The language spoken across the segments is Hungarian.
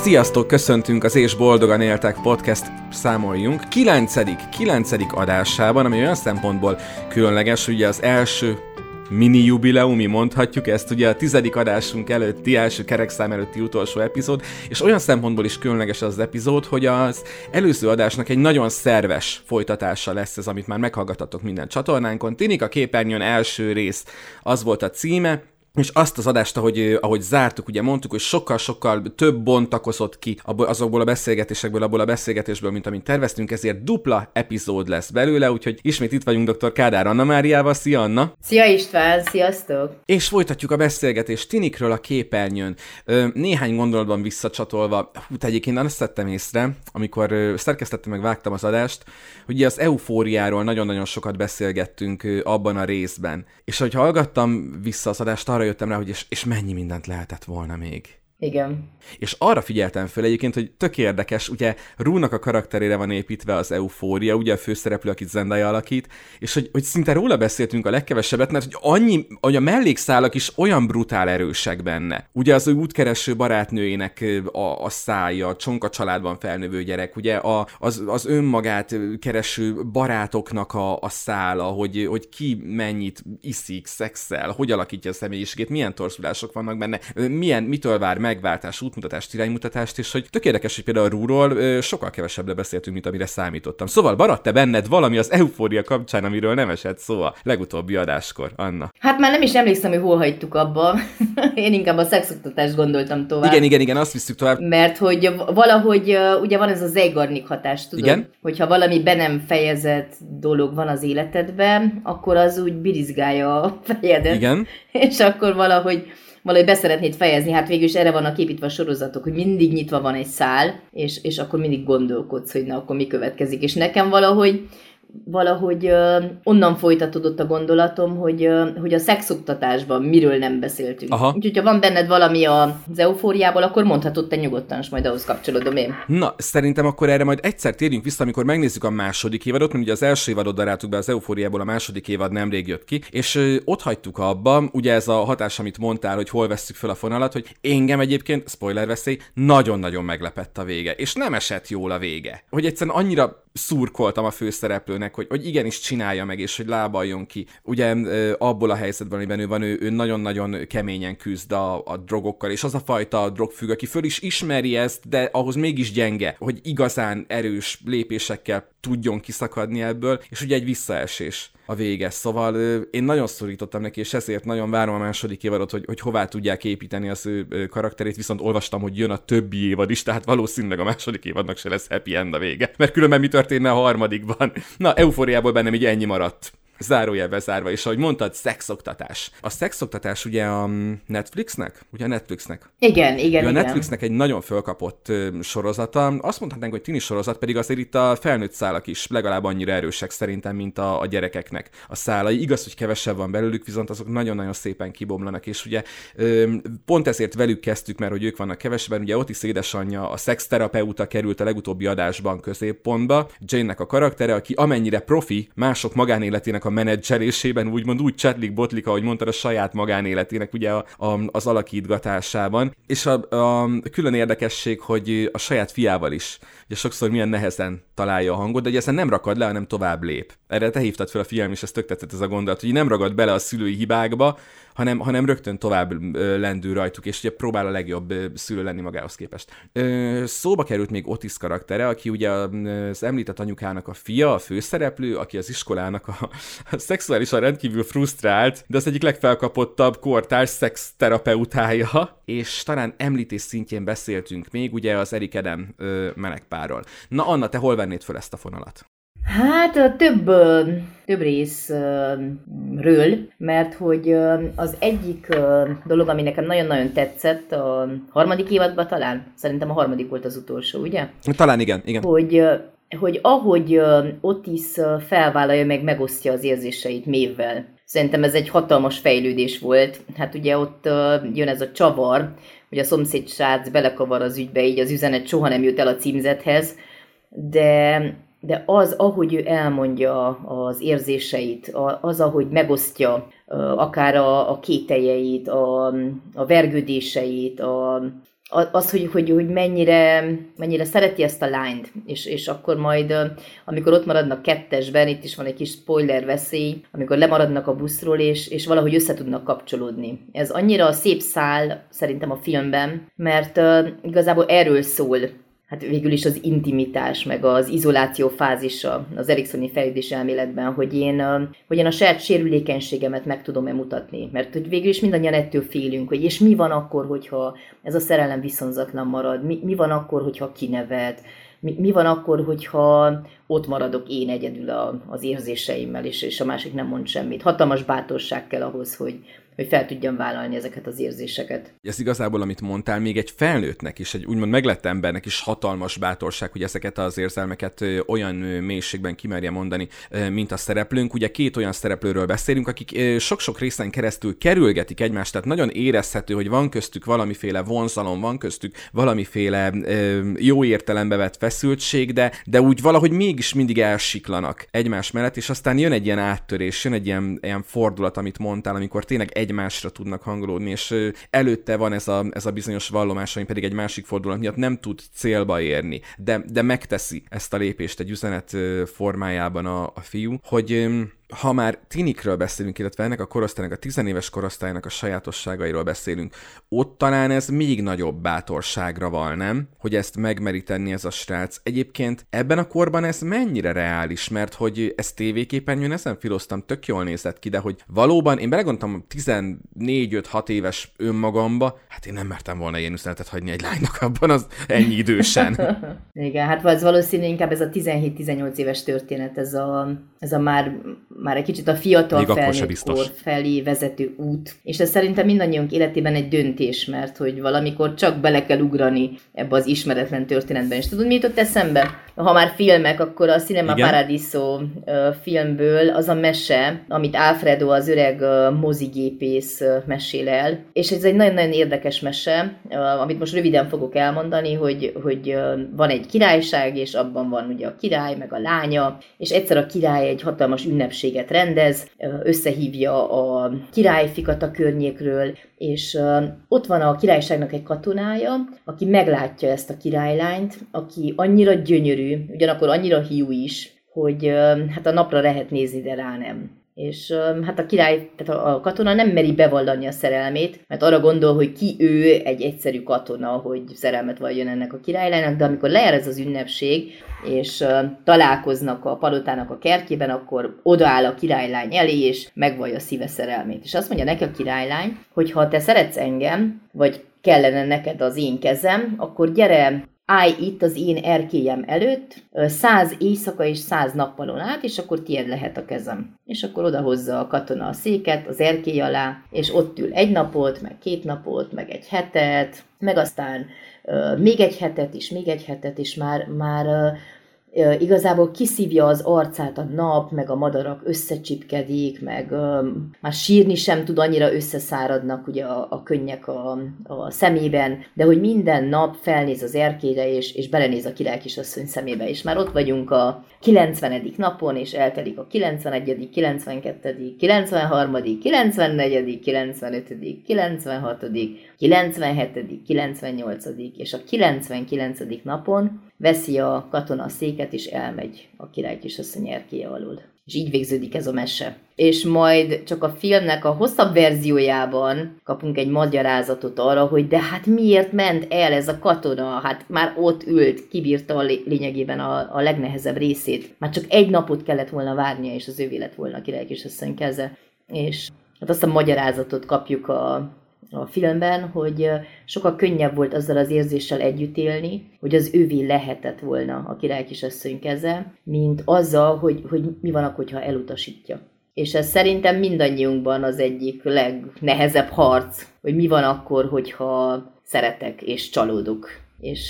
Sziasztok, köszöntünk az És Boldogan Éltek podcast számoljunk 9. adásában, ami olyan szempontból különleges, ugye az első mini jubileumi, mondhatjuk ezt, ugye a 10. adásunk előtti, első kerekszám előtti utolsó epizód, és olyan szempontból is különleges az epizód, hogy az előző adásnak egy nagyon szerves folytatása lesz ez, amit már meghallgattatok minden csatornánkon. Tinika képernyőn első rész, az volt a címe, és azt az adást, ahogy zártuk, ugye mondtuk, hogy sokkal-sokkal több bontakozott ki azokból a beszélgetésekből, abból a beszélgetésből, mint amit terveztünk, ezért dupla epizód lesz belőle, úgyhogy ismét itt vagyunk dr. Kádár Anna Máriával. Szia, Anna! Szia István, sziasztok! És folytatjuk a beszélgetést Tinikről a képernyőn. Néhány gondolatban visszacsatolva, egyébként azt vettem észre, amikor szerkesztettem meg vágtam az adást, hogy ugye az eufóriáról nagyon-nagyon sokat beszélgettünk abban a részben. És ahogy hallgattam vissza az adást, arra jöttem rá, hogy és mennyi mindent lehetett volna még. Igen. És arra figyeltem föl egyébként, hogy tök érdekes, ugye Rúnak a karakterére van építve az eufória, ugye a főszereplő, akit Zendaya alakít, és hogy szinte róla beszéltünk a legkevesebbet, mert hogy a mellékszálak is olyan brutál erősek benne. Ugye az ő útkereső barátnőjének a szája, a Csonka családban felnövő gyerek, ugye az önmagát kereső barátoknak a szála, hogy ki mennyit iszik, szexel, hogy alakítja a személyiségét, milyen torzulások vannak benne, mitől vár megváltás, útmutatást, iránymutatást, és hogy tök érdekes, hogy például Rúról sokkal kevesebbre beszéltünk, mint amire számítottam. Szóval maradt-e benned valami az eufória kapcsán, amiről nem esett szó a legutóbbi adáskor, Anna? Hát már nem is emlékszem, hogy hol hagytuk abba. Én inkább a szexoktatást gondoltam tovább. Igen, azt visszük tovább. Mert hogy valahogy ugye van ez a Zeigarnik hatás, tudod? Igen? Hogyha valami be nem fejezett dolog van az életedben, akkor az úgy birizgálja a fejedet. Igen. És akkor valahogy be szeretnéd fejezni, hát végül is erre vannak építve a sorozatok, hogy mindig nyitva van egy szál, és akkor mindig gondolkodsz, hogy na, akkor mi következik. És nekem valahogy onnan folytatódott a gondolatom, hogy a szexoktatásban miről nem beszéltünk. Úgyhogy ha van benned valami az eufóriából, akkor mondhatod te nyugodtan, és majd ahhoz kapcsolódom én. Na, szerintem akkor erre majd egyszer térjünk vissza, amikor megnézzük a második évadot, mert ugye az első évadot daráltuk be az eufóriából, a második évad nemrég jött ki, és ott hagytuk abba, ugye ez a hatás, amit mondtál, hogy hol vesszük fel a fonalat, hogy engem egyébként, spoiler veszély, nagyon-nagyon meglepett a vége, és nem esett jól a vége. Hogy egyszerűen annyira szurkoltam a főszereplőnek, hogy igenis csinálja meg, és hogy lábaljon ki. Ugye abból a helyzetben, amiben ő van, ő nagyon-nagyon keményen küzd a drogokkal, és az a fajta drogfügg, aki föl is ismeri ezt, de ahhoz mégis gyenge, hogy igazán erős lépésekkel tudjon kiszakadni ebből, és ugye egy visszaesés a vége. Szóval én nagyon szorítottam neki, és ezért nagyon várom a második évadot, hogy hová tudják építeni az ő karakterét, viszont olvastam, hogy jön a többi évad is, tehát valószínűleg a második évadnak se lesz happy end a vége, mert különben mi történne a harmadikban. Na, eufóriából bennem így ennyi maradt. Zárójelbe zárva, és ahogy mondtad, szexoktatás. A szexoktatás ugye a Netflixnek? Ugye a Netflixnek? Igen. A Netflixnek egy nagyon fölkapott sorozata. Azt mondhatnánk, hogy tini sorozat, pedig azért itt a felnőtt szálak is legalább annyira erősek szerintem, mint a gyerekeknek a szálai. Igaz, hogy kevesebb van belőlük, viszont azok nagyon-nagyon szépen kibomlanak, és ugye pont ezért velük kezdtük, mert hogy ők vannak kevesebben. Ugye Otis édesanyja, a szexterapeuta került a legutóbbi adásban középpontba. Jane-nek a karaktere, aki amennyire profi mások magánéletének a menedzselésében, úgymond úgy csetlik-botlik, ahogy mondtad, a saját magánéletének ugye az alakítgatásában. És a külön érdekesség, hogy a saját fiával is ugye sokszor milyen nehezen találja a hangot, de ugye ezen nem rakad le, hanem tovább lép. Erre te hívtad fel a figyelm, és ez tök tetszett ez a gondolat, hogy nem ragad bele a szülői hibákba, hanem rögtön tovább lendül rajtuk, és ugye próbál a legjobb szülő lenni magához képest. Szóba került még Otis karaktere, aki ugye az említett anyukának a fia, a főszereplő, aki az iskolának a szexuálisan rendkívül frusztrált, de az egyik legfelkapottabb kortárs szexterapeutája, és talán említés szintjén beszéltünk még ugye az Eric Adam melegpárról. Na Anna, te hol vennéd föl ezt a fonalat? Hát több részről, mert hogy az egyik dolog, ami nekem nagyon-nagyon tetszett, a harmadik évadban talán, szerintem a harmadik volt az utolsó, ugye? Talán igen. Hogy ahogy Otis felvállalja, megosztja az érzéseit Maeve-vel. Szerintem ez egy hatalmas fejlődés volt. Hát ugye ott jön ez a csavar, hogy a szomszéd srác belekavar az ügybe, így az üzenet soha nem jut el a címzethez, de az, ahogy ő elmondja az érzéseit, az, ahogy megosztja akár a kételjeit, a vergődéseit, az, hogy mennyire szereti ezt a lányt, és akkor majd, amikor ott maradnak kettesben, itt is van egy kis spoiler veszély, amikor lemaradnak a buszról, és valahogy össze tudnak kapcsolódni. Ez annyira szép szál szerintem a filmben, mert igazából erről szól, hát végül is az intimitás, meg az izoláció fázisa az eriksoni fejlődés elméletben, hogy én a saját sérülékenységemet meg tudom-e mutatni. Mert hogy végül is mindannyian ettől félünk, hogy és mi van akkor, hogyha ez a szerelem viszonzatlan marad, mi van akkor, hogyha kinevet, mi van akkor, hogyha ott maradok én egyedül az érzéseimmel, és a másik nem mond semmit. Hatalmas bátorság kell ahhoz, hogy fel tudjam vállalni ezeket az érzéseket. Ez igazából, amit mondtál, még egy felnőttnek is, egy úgymond meglett embernek is hatalmas bátorság, hogy ezeket az érzelmeket olyan mélységben kimerje mondani, mint a szereplőnk. Ugye két olyan szereplőről beszélünk, akik sok-sok részen keresztül kerülgetik egymást, tehát nagyon érezhető, hogy van köztük valamiféle vonzalom, van köztük valamiféle jó értelembe vett feszültség, de úgy valahogy mégis mindig elsiklanak egymás mellett, és aztán jön egy ilyen áttörés, jön egy ilyen fordulat, amit mondtál, amikor tényleg egymásra tudnak hangolódni, és előtte van ez a bizonyos vallomás, ami pedig egy másik fordulat miatt nem tud célba érni, de megteszi ezt a lépést egy üzenet formájában a fiú, hogy ha már tinikről beszélünk, illetve ennek a korosztálynak, a 10 éves korosztálynak a sajátosságairól beszélünk, ott talán ez még nagyobb bátorságra val, nem? Hogy ezt megmeri tenni ez a srác. Egyébként ebben a korban ez mennyire reális, mert hogy ez tévéképernyőn ezen filoztam, tök jól nézett ki, de hogy valóban én belegondoltam 14-5-6 éves önmagamba, hát én nem mertem volna ilyen üzenetet hagyni egy lánynak abban az ennyi idősen. Igen, hát ez valószínű inkább ez a 17-18 éves történet, ez a már egy kicsit a fiatal felnőtt kor felé vezető út. És ez szerintem mindannyiunk életében egy döntés, mert hogy valamikor csak bele kell ugrani ebbe az ismeretlen történetben. És tudod, mi jutott eszembe? Ha már filmek, akkor a Cinema Paradiso filmből az a mese, amit Alfredo, az öreg mozigépész mesél el. És ez egy nagyon-nagyon érdekes mese, amit most röviden fogok elmondani, hogy van egy királyság, és abban van ugye a király, meg a lánya, és egyszer a király egy hatalmas ünnepséget rendez, összehívja a királyfikat a környékről, és ott van a királyságnak egy katonája, aki meglátja ezt a királylányt, aki annyira gyönyörű, ugyanakkor annyira hiú is, hogy hát a napra lehet nézni, de rá nem. És hát a király, tehát a katona nem meri bevallani a szerelmét, mert arra gondol, hogy ki ő, egy egyszerű katona, hogy szerelmet valljon ennek a királylánynak, de amikor lejár ez az ünnepség, és találkoznak a palotának a kertjében, akkor odaáll a királylány elé, és megvallja szíve szerelmét. És azt mondja neki a királylány, hogy ha te szeretsz engem, vagy kellene neked az én kezem, akkor gyere, állj itt az én erkélyem előtt 100 éjszaka és 100 nappalon át, és akkor tiéd lehet a kezem. És akkor odahozza a katona a széket az erkély alá, és ott ül 1 napot, meg 2 napot, meg 1 hetet, meg aztán még 1 hetet is, még 1 hetet is, már igazából kiszívja az arcát a nap, meg a madarak összecsipkedik, meg már sírni sem tud, annyira összeszáradnak ugye a könnyek a szemében, de hogy minden nap felnéz az erkélyre, és belenéz a király kisasszony szemébe, és már ott vagyunk a 90. napon, és eltelik a 91., 92., 93., 94., 95., 96., 97., 98. és a 99. napon veszi a katona a széket, és elmegy a király kisasszony erkélye alól. És így végződik ez a mese. És majd csak a filmnek a hosszabb verziójában kapunk egy magyarázatot arra, hogy de hát miért ment el ez a katona? Hát már ott ült, kibírta lényegében a legnehezebb részét. Már csak 1 napot kellett volna várnia, és az ővé lett volna a király kisasszony keze. És hát azt a magyarázatot kapjuk a filmben, hogy sokkal könnyebb volt azzal az érzéssel együtt élni, hogy az ővé lehetett volna a király kisasszony keze, mint azzal, hogy mi van akkor, ha elutasítja. És ez szerintem mindannyiunkban az egyik legnehezebb harc, hogy mi van akkor, hogyha szeretek és csalódok. És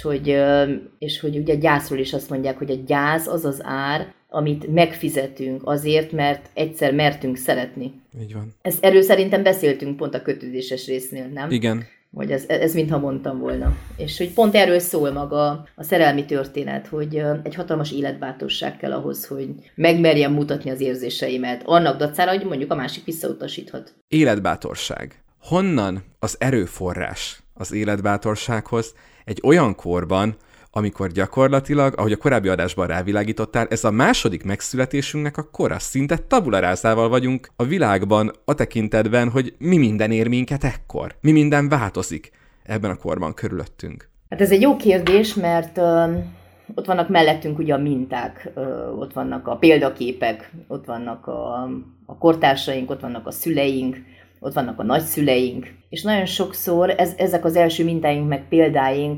hogy ugye a gyászról is azt mondják, hogy a gyász az az ár, amit megfizetünk azért, mert egyszer mertünk szeretni. Így van. Erről szerintem beszéltünk pont a kötődéses résznél, nem? Igen. Vagy ez mintha mondtam volna. És hogy pont erről szól maga a szerelmi történet, hogy egy hatalmas életbátorság kell ahhoz, hogy megmerjem mutatni az érzéseimet. Annak dacára, hogy mondjuk a másik visszautasíthat. Életbátorság. Honnan az erőforrás az életbátorsághoz egy olyan korban, amikor gyakorlatilag, ahogy a korábbi adásban rávilágítottál, ez a második megszületésünknek a kora. Szinte tabula rásával vagyunk a világban a tekintetben, hogy mi minden ér minket ekkor. Mi minden változik ebben a korban körülöttünk. Hát ez egy jó kérdés, mert ott vannak mellettünk ugye a minták, ott vannak a példaképek, ott vannak a kortársaink, ott vannak a szüleink, ott vannak a nagyszüleink, és nagyon sokszor ezek az első mintáink meg példáink,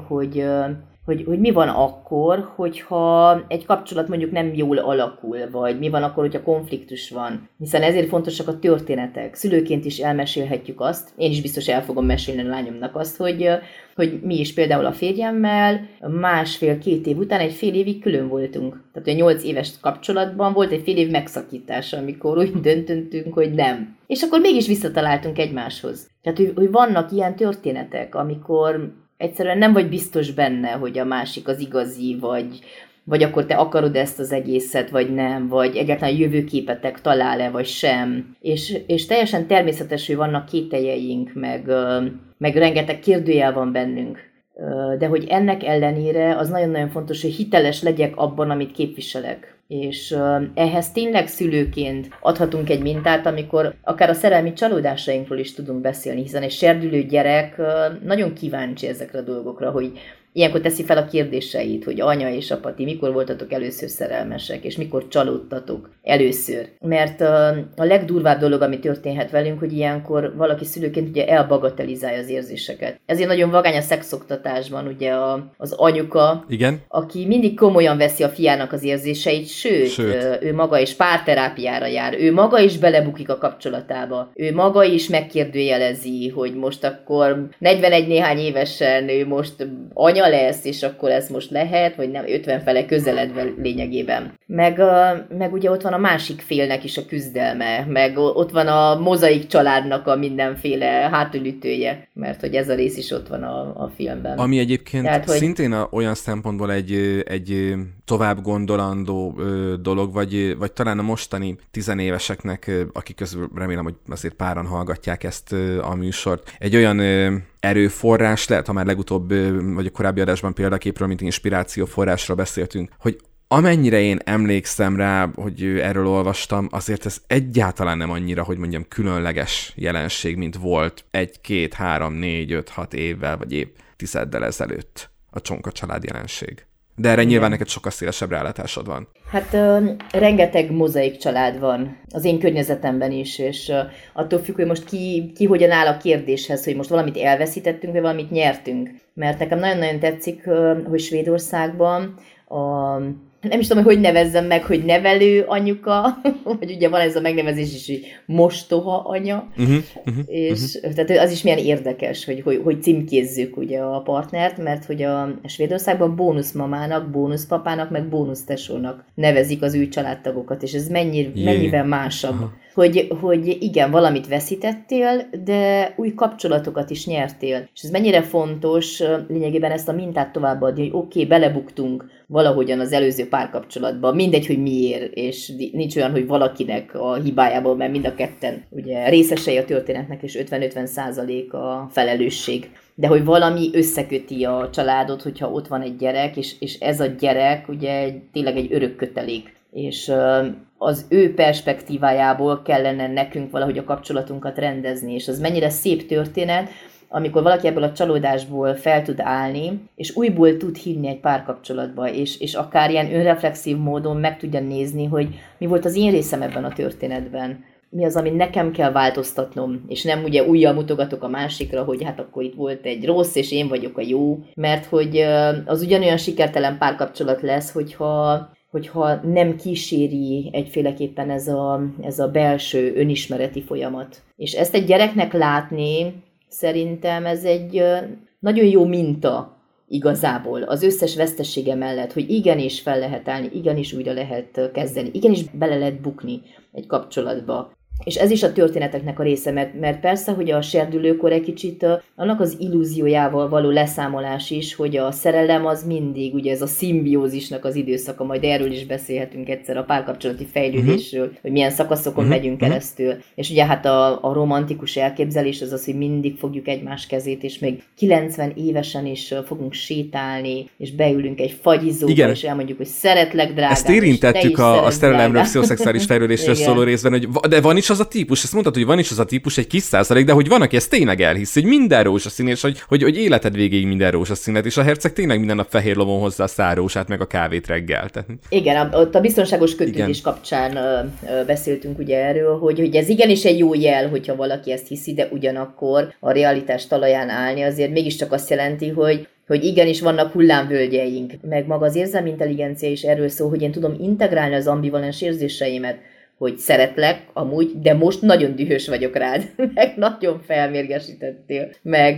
hogy mi van akkor, hogyha egy kapcsolat mondjuk nem jól alakul, vagy mi van akkor, hogyha konfliktus van. Hiszen ezért fontosak a történetek. Szülőként is elmesélhetjük azt, én is biztos el fogom mesélni a lányomnak azt, hogy mi is például a férjemmel 1,5-2 év után egy fél évig külön voltunk. Tehát a 8 éves kapcsolatban volt egy fél év megszakítás, amikor úgy döntöttünk, hogy nem. És akkor mégis visszataláltunk egymáshoz. Tehát, hogy vannak ilyen történetek, amikor egyszerűen nem vagy biztos benne, hogy a másik az igazi, vagy akkor te akarod ezt az egészet, vagy nem, vagy egyáltalán jövőképetek talál-e, vagy sem. És teljesen természetes, hogy vannak kételjeink, meg rengeteg kérdőjel van bennünk. De hogy ennek ellenére az nagyon-nagyon fontos, hogy hiteles legyek abban, amit képviselek. És ehhez tényleg szülőként adhatunk egy mintát, amikor akár a szerelmi csalódásainkról is tudunk beszélni, hiszen egy serdülő gyerek nagyon kíváncsi ezekre a dolgokra, hogy ilyenkor teszi fel a kérdéseit, hogy anya és apa, ti mikor voltatok először szerelmesek, és mikor csalódtatok először. Mert a legdurvább dolog, ami történhet velünk, hogy ilyenkor valaki szülőként ugye elbagatelizálja az érzéseket. Ezért nagyon vagány a szexoktatásban ugye az anyuka, igen, aki mindig komolyan veszi a fiának az érzéseit, sőt, ő maga is párterápiára jár, ő maga is belebukik a kapcsolatába, ő maga is megkérdőjelezi, hogy most akkor 41 néhány évesen ő most anya lesz, és akkor ez most lehet, vagy nem, 50 fele közeledve lényegében. Meg ugye ott van a másik félnek is a küzdelme, meg ott van a mozaik családnak a mindenféle hátulütője, mert hogy ez a rész is ott van a filmben. Ami egyébként tehát, szintén olyan szempontból egy tovább gondolandó dolog, vagy talán a mostani tizenéveseknek, akik közül remélem, hogy azért páran hallgatják ezt a műsort, egy olyan erőforrás lehet, ha már legutóbb, vagy a korábbi adásban példaképről, mint inspirációforrásra beszéltünk, hogy amennyire én emlékszem rá, hogy erről olvastam, azért ez egyáltalán nem annyira, hogy mondjam, különleges jelenség, mint volt 1, 2, 3, 4, 5, 6 évvel, vagy évtizeddel ezelőtt a csonka család jelenség. De erre nyilván neked sokkal szélesebb rálátásod van. Hát rengeteg mozaik család van az én környezetemben is, és attól függ, hogy most ki hogyan áll a kérdéshez, hogy most valamit elveszítettünk, vagy valamit nyertünk. Mert nekem nagyon-nagyon tetszik, hogy Svédországban nem is tudom, hogy nevezzem meg, hogy nevelő anyuka, vagy ugye van ez a megnevezés is, hogy mostoha anya, és tehát az is milyen érdekes, hogy címkézzük ugye a partnert, mert hogy a Svédországban bónuszmamának, bónuszpapának, meg bónusztesónak nevezik az új családtagokat, és ez mennyivel másabb. Hogy igen, valamit veszítettél, de új kapcsolatokat is nyertél. És ez mennyire fontos lényegében ezt a mintát továbbadni, hogy oké, belebuktunk valahogyan az előző párkapcsolatba, mindegy, hogy miért, és nincs olyan, hogy valakinek a hibájából, mert mind a ketten ugye részesei a történetnek, és 50-50% a felelősség. De hogy valami összeköti a családot, hogyha ott van egy gyerek, és ez a gyerek ugye tényleg egy örök kötelék. És az ő perspektívájából kellene nekünk valahogy a kapcsolatunkat rendezni, és az mennyire szép történet, amikor valaki ebből a csalódásból fel tud állni, és újból tud hinni egy párkapcsolatba, és akár ilyen önreflexív módon meg tudja nézni, hogy mi volt az én részem ebben a történetben. Mi az, amit nekem kell változtatnom, és nem ugye újjal mutogatok a másikra, hogy hát akkor itt volt egy rossz, és én vagyok a jó, mert hogy az ugyanolyan sikertelen párkapcsolat lesz, hogyha nem kíséri egyféleképpen ez a belső önismereti folyamat. És ezt egy gyereknek látni, szerintem ez egy nagyon jó minta igazából az összes vesztesége mellett, hogy igenis fel lehet állni, igenis újra lehet kezdeni, igenis bele lehet bukni egy kapcsolatba. És ez is a történeteknek a része, mert persze, hogy a serdülőkor egy kicsit annak az illúziójával való leszámolás is, hogy a szerelem az mindig, ugye ez a szimbiózisnak az időszaka, majd erről is beszélhetünk egyszer a párkapcsolati fejlődésről, hogy milyen szakaszokon megyünk keresztül. És ugye hát a romantikus elképzelés az, hogy mindig fogjuk egymás kezét, és még 90 évesen is fogunk sétálni, és beülünk egy fagyizóba, és elmondjuk, hogy szeretlek, drágám. Ezt érintettük a szerelemről, pszichoszexuális fejlődésről szóló részben, de van is az a típus, ezt mondtad, hogy van is az a típus, egy kis százalék, de hogy van, aki ezt tényleg elhiszi, hogy minden rózsaszín, és hogy életed végéig minden rózsaszín lett, és a herceg tényleg minden nap fehér lovon hozza a szárósát, meg a kávét reggel. Igen, ott a biztonságos kötődés kapcsán beszéltünk ugye erről, hogy ez igenis egy jó jel, hogyha valaki ezt hiszi, de ugyanakkor a realitás talaján állni azért mégiscsak azt jelenti, hogy igenis vannak hullámvölgyeink, meg maga az érzelmi intelligencia is erről szól, hogy én tudom integrálni az ambivalens érzéseimet, hogy szeretlek amúgy, de most nagyon dühös vagyok rád, meg nagyon felmérgesítettél,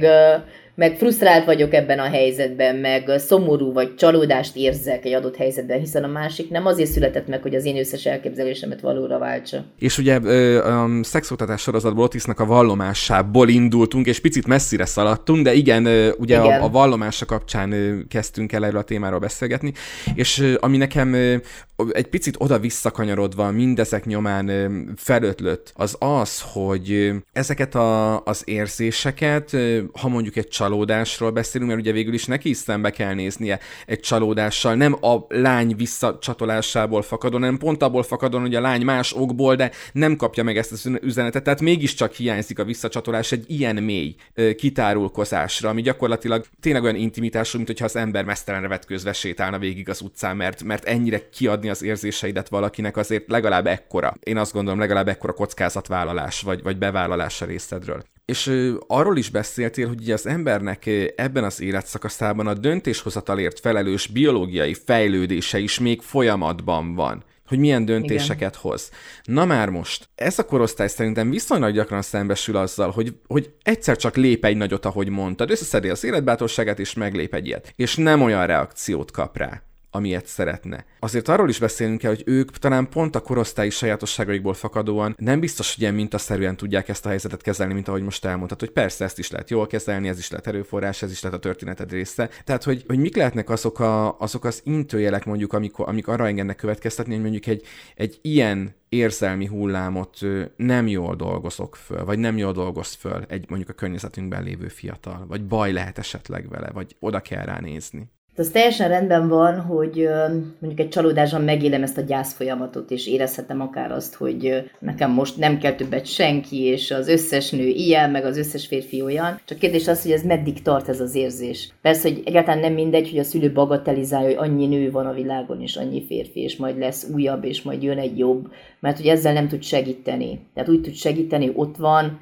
meg frusztrált vagyok ebben a helyzetben, meg szomorú vagy csalódást érzek egy adott helyzetben, hiszen a másik nem azért született meg, hogy az én összes elképzelésemet valóra váltsa. És ugye a szexoktatás sorozatból Otisnak a vallomásából indultunk, és picit messzire szaladtunk, de igen, ugye igen. A vallomása kapcsán kezdtünk el erről a témáról beszélgetni, és ami nekem egy picit oda-visszakanyarodva mindezek nyomán felötlött, az, hogy ezeket az érzéseket, ha mondjuk egy csalódásról beszélünk, mert ugye végül is neki is szembe kell néznie egy csalódással, nem a lány visszacsatolásából fakadon, hanem pont abból fakadon, hogy a lány más okból, de nem kapja meg ezt az üzenetet, tehát mégiscsak hiányzik a visszacsatolás egy ilyen mély kitárulkozásra, ami gyakorlatilag tényleg olyan intimitású, mint hogyha az ember mesztelenre vetkőzve sétálna végig az utcán, mert ennyire kiadni az érzéseidet valakinek azért legalább ekkora. Én azt gondolom, legalább ekkora kockázatvállalás vagy bevállalás a részedről. És arról is beszéltél, hogy ugye az embernek ebben az életszakaszában a döntéshozatalért felelős biológiai fejlődése is még folyamatban van, hogy milyen döntéseket hoz. Na már most, ez a korosztály szerintem viszonylag gyakran szembesül azzal, hogy egyszer csak lép egy nagyot, ahogy mondtad, összeszedi az életbátorságát, és meglép egy ilyet, és nem olyan reakciót kap rá, amilyet szeretne. Azért arról is beszélünk kell, hogy ők talán pont a korosztályi sajátosságaikból fakadóan nem biztos, hogy ilyen mintaszerűen tudják ezt a helyzetet kezelni, mint ahogy most elmondtad, hogy persze ezt is lehet jól kezelni, ez is lehet erőforrás, ez is lehet a történeted része. Tehát, hogy mik lehetnek azok az intőjelek mondjuk, amik arra engednek következtetni, hogy mondjuk egy ilyen érzelmi hullámot nem jól dolgozok föl, vagy nem jól dolgoz föl mondjuk a környezetünkben lévő fiatal, vagy baj lehet esetleg vele, vagy oda kell ránézni. Az teljesen rendben van, hogy mondjuk egy csalódásban megélem ezt a gyászfolyamatot, és érezhetem akár azt, hogy nekem most nem kell többet senki, és az összes nő ilyen, meg az összes férfi olyan. Csak kérdés az, hogy ez meddig tart ez az érzés. Persze, hogy egyáltalán nem mindegy, hogy a szülő bagatelizálja, hogy annyi nő van a világon, és annyi férfi, és majd lesz újabb, és majd jön egy jobb, mert hogy ezzel nem tud segíteni. Tehát úgy tud segíteni, ott van,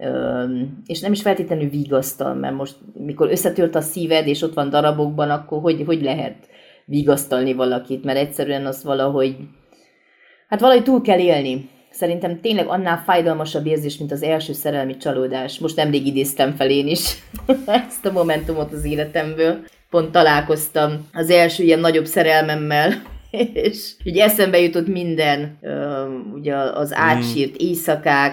és nem is feltétlenül vigasztal, mert most, mikor összetört a szíved, és ott van darabokban, akkor hogy lehet vigasztalni valakit, mert egyszerűen az valahogy túl kell élni. Szerintem tényleg annál fájdalmasabb érzés, mint az első szerelmi csalódás. Most nemrég idéztem fel én is ezt a momentumot az életemből. Pont találkoztam az első ilyen nagyobb szerelmemmel, és ugye eszembe jutott minden, ugye az átsírt éjszakák,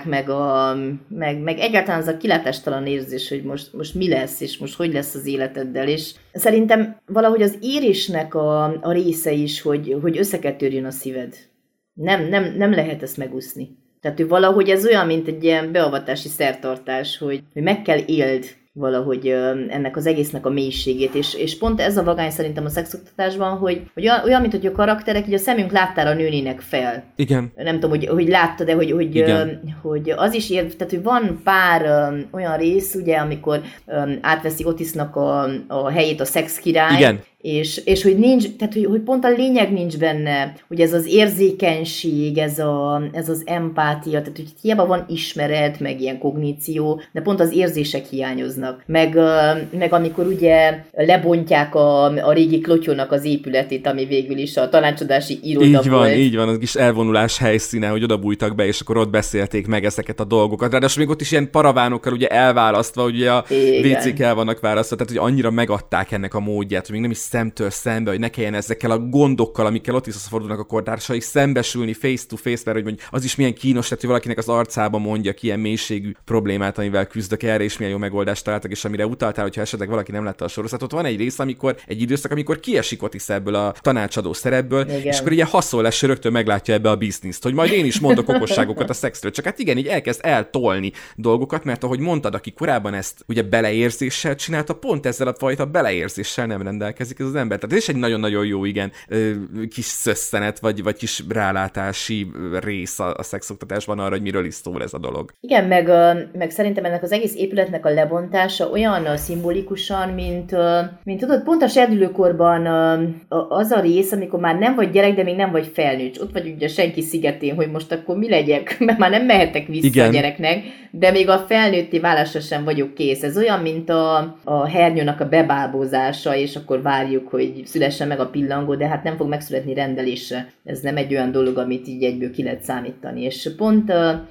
meg egyáltalán az a kilátástalan érzés, hogy most mi lesz, és most hogy lesz az életeddel, és szerintem valahogy az érésnek a része is, hogy össze kell törjön a szíved. Nem lehet ezt megúszni. Tehát, hogy valahogy ez olyan, mint egy ilyen beavatási szertartás, hogy meg kell éld valahogy ennek az egésznek a mélységét, és pont ez a vagány szerintem a szexoktatásban, hogy olyan, mint hogy a karakterek így a szemünk láttára nőnének fel. Igen. Nem tudom, hogy láttad-e, hogy az is tehát, hogy van pár olyan rész, ugye, amikor átveszi Otisnak a helyét a szex király, igen. És hogy nincs, tehát hogy pont a lényeg nincs benne, hogy ez az érzékenység, ez az empátia, tehát hogy hiába van ismeret, meg ilyen kogníció, de pont az érzések hiányoznak. Meg amikor ugye lebontják a régi klotyónak az épületét, ami végül is a tanácsadási iroda volt. Így van, az kis elvonulás helyszíne, hogy oda bújtak be, és akkor ott beszélték meg ezeket a dolgokat. Ráadásul még ott is ilyen paravánokkal ugye elválasztva, ugye a WC-k el vannak választva, tehát hogy annyira megadták ennek a módját, hogy még nem is szemtől szembe, hogy ne kelljen ezekkel a gondokkal, amikkel Otishoz fordulnak a kortársai, szembesülni face to face, mert hogy mondjuk az is milyen kínos lett, hogy valakinek az arcába mondja ki ilyen mélységű problémát, amivel küzdök, erre, és milyen jó megoldást találtak, és amire utaltál, hogyha esetleg valaki nem látta a sorozatot, van egy rész, egy időszak, amikor kiesik Otis ebből a tanácsadó szerepből, igen. És akkor ugye haszol lesz, rögtön meglátja ebbe a bizniszt, hogy majd én is mondok okosságokat a szexről, csak hát igen, így elkezd eltolni dolgokat, mert ahogy mondtad, aki korábban ezt ugye beleérzéssel csinálta, pont ezzel a fajta beleérzéssel nem rendelkezik ez az ember. Tehát ez is egy nagyon-nagyon jó, igen, kis szösszenet, vagy kis rálátási rész a szexoktatásban arra, hogy miről is szól ez a dolog. Igen, meg szerintem ennek az egész épületnek a lebontása olyan szimbolikusan, mint tudod, pont a serdülőkorban az a rész, amikor már nem vagy gyerek, de még nem vagy felnőtt. Ott vagy ugye senki szigetén, hogy most akkor mi legyek, mert már nem mehetek vissza igen. A gyereknek, de még a felnőtti válásra sem vagyok kész. Ez olyan, mint a hernyónak a bebábózása, és akkor várjuk, hogy szülessen meg a pillangó, de hát nem fog megszületni rendelésre. Ez nem egy olyan dolog, amit így egyből ki lehet számítani. És pont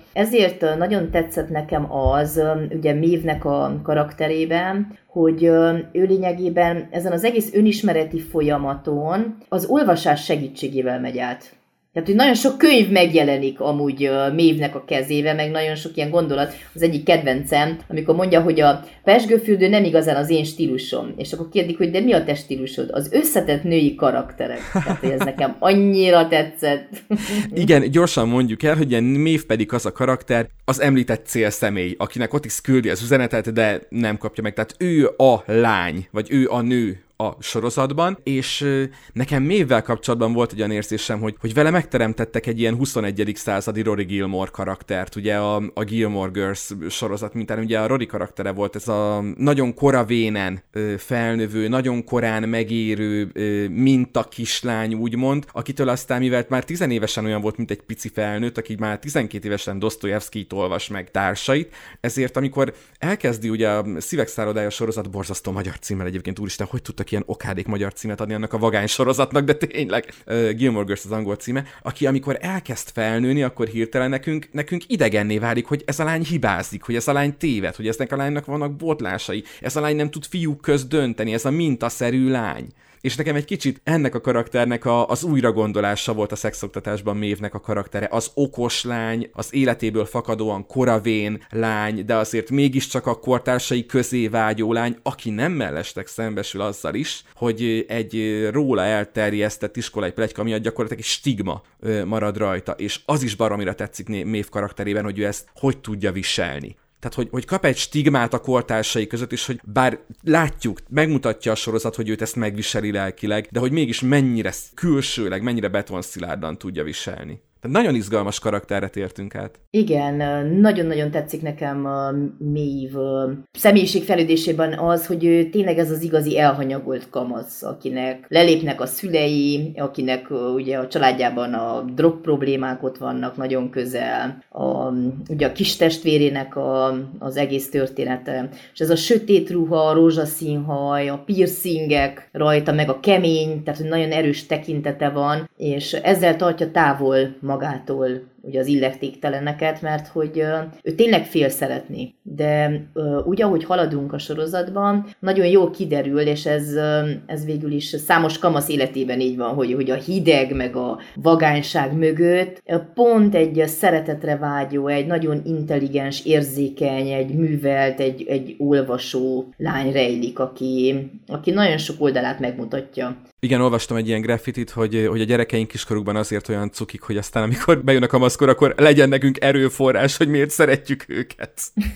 ezért nagyon tetszett nekem az, ugye Maeve-nek a karakterében, hogy ő lényegében ezen az egész önismereti folyamaton az olvasás segítségével megy át. Tehát, hogy nagyon sok könyv megjelenik amúgy Maeve-nek a kezével, meg nagyon sok ilyen gondolat. Az egyik kedvencem, amikor mondja, hogy a pezsgőfürdő nem igazán az én stílusom. És akkor kérdik, hogy de mi a te stílusod? Az összetett női karakterek. Tehát, hogy ez nekem annyira tetszett. Igen, gyorsan mondjuk el, hogy ilyen Maeve pedig az a karakter, az említett célszemély, akinek Otis küldi az üzenetet, de nem kapja meg. Tehát ő a lány, vagy ő a nő a sorozatban, és nekem Maeve-vel kapcsolatban volt egy olyan érzésem, hogy vele megteremtettek egy ilyen 21. századi Rory Gilmore karaktert, ugye a Gilmore Girls sorozat mintán, ugye a Rory karaktere volt ez a nagyon koravénen felnövő, nagyon korán megérő mintakislány, úgymond, akitől aztán, mivel már 10 évesen olyan volt, mint egy pici felnőtt, aki már 12 évesen Dostoyevskijt olvas meg társait, ezért amikor elkezdi ugye a Szívek szállodája sorozat, borzasztó magyar címmel egyébként, úristen, hogy tudtak ilyen okádék magyar címet adni annak a vagány sorozatnak, de tényleg Gilmore Girls az angol címe, aki amikor elkezd felnőni, akkor hirtelen nekünk idegenné válik, hogy ez a lány hibázik, hogy ez a lány téved, hogy eznek a lánynak vannak botlásai, ez a lány nem tud fiúk közt dönteni, ez a mintaszerű lány. És nekem egy kicsit ennek a karakternek az újragondolása volt a szexoktatásban Maeve-nek a karaktere. Az okos lány, az életéből fakadóan koravén lány, de azért mégiscsak a kortársai közé vágyó lány, aki nem mellesleg szembesül azzal is, hogy egy róla elterjesztett iskolai pletyka miatt gyakorlatilag egy stigma marad rajta. És az is baromira tetszik Maeve karakterében, hogy ő ezt hogy tudja viselni. Tehát, hogy kap egy stigmát a kortársai között, és hogy bár látjuk, megmutatja a sorozat, hogy őt ezt megviseli lelkileg, de hogy mégis mennyire külsőleg, mennyire betonszilárdan tudja viselni. Tehát nagyon izgalmas karakterre tértünk át. Igen, nagyon-nagyon tetszik nekem Maeve személyiségfejlődésében az, hogy ő tényleg ez az igazi elhanyagolt kamasz, akinek lelépnek a szülei, akinek ugye a családjában a drog problémák ott vannak nagyon közel, ugye a kis testvérének az egész története, és ez a sötét ruha, a rózsaszín haj, a piercingek rajta, meg a kemény, tehát hogy nagyon erős tekintete van, és ezzel tartja távol magától ugye az illetékteleneket, mert hogy ő tényleg fél szeretni. De úgy, ahogy haladunk a sorozatban, nagyon jól kiderül, és ez végül is számos kamasz életében így van, hogy a hideg, meg a vagányság mögött pont egy szeretetre vágyó, egy nagyon intelligens, érzékeny, egy művelt, egy olvasó lány rejlik, aki nagyon sok oldalát megmutatja. Igen, olvastam egy ilyen graffitit, hogy a gyerekeink kiskorukban azért olyan cukik, hogy aztán amikor bejön a kamaszkor, akkor legyen nekünk erőforrás, hogy miért szeretjük őket.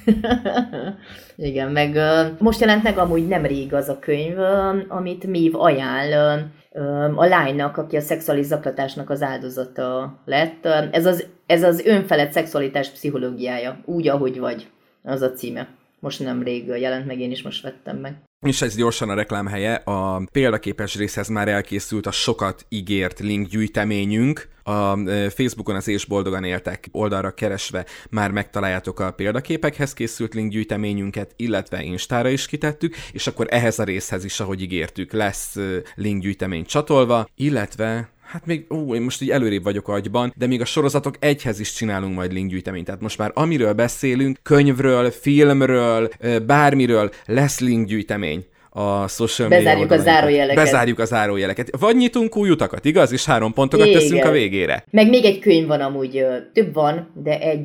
Igen, meg most jelent meg amúgy nemrég az a könyv, amit Maeve ajánl a lánynak, aki a szexuális zaklatásnak az áldozata lett. Ez az önfelett szexualitás pszichológiája, úgy, ahogy vagy, az a címe. Most nemrég jelent meg, én is most vettem meg. És ez gyorsan a reklámhelye, a példaképes részhez már elkészült a sokat ígért linkgyűjteményünk. A Facebookon az És Boldogan Éltek oldalra keresve már megtaláljátok a példaképekhez készült linkgyűjteményünket, illetve Instára is kitettük, és akkor ehhez a részhez is, ahogy ígértük, lesz linkgyűjtemény csatolva, illetve hát még, én most így előrébb vagyok agyban, de még a sorozatok egyhez is csinálunk majd linkgyűjteményt. Tehát most már amiről beszélünk, könyvről, filmről, bármiről lesz linkgyűjtemény. a social media Bezárjuk a zárójeleket. Bezárjuk a zárójeleket. Vagy nyitunk új utakat, igaz? És 3 pontokat Igen. teszünk a végére. Meg még egy könyv van amúgy, több van, de egy,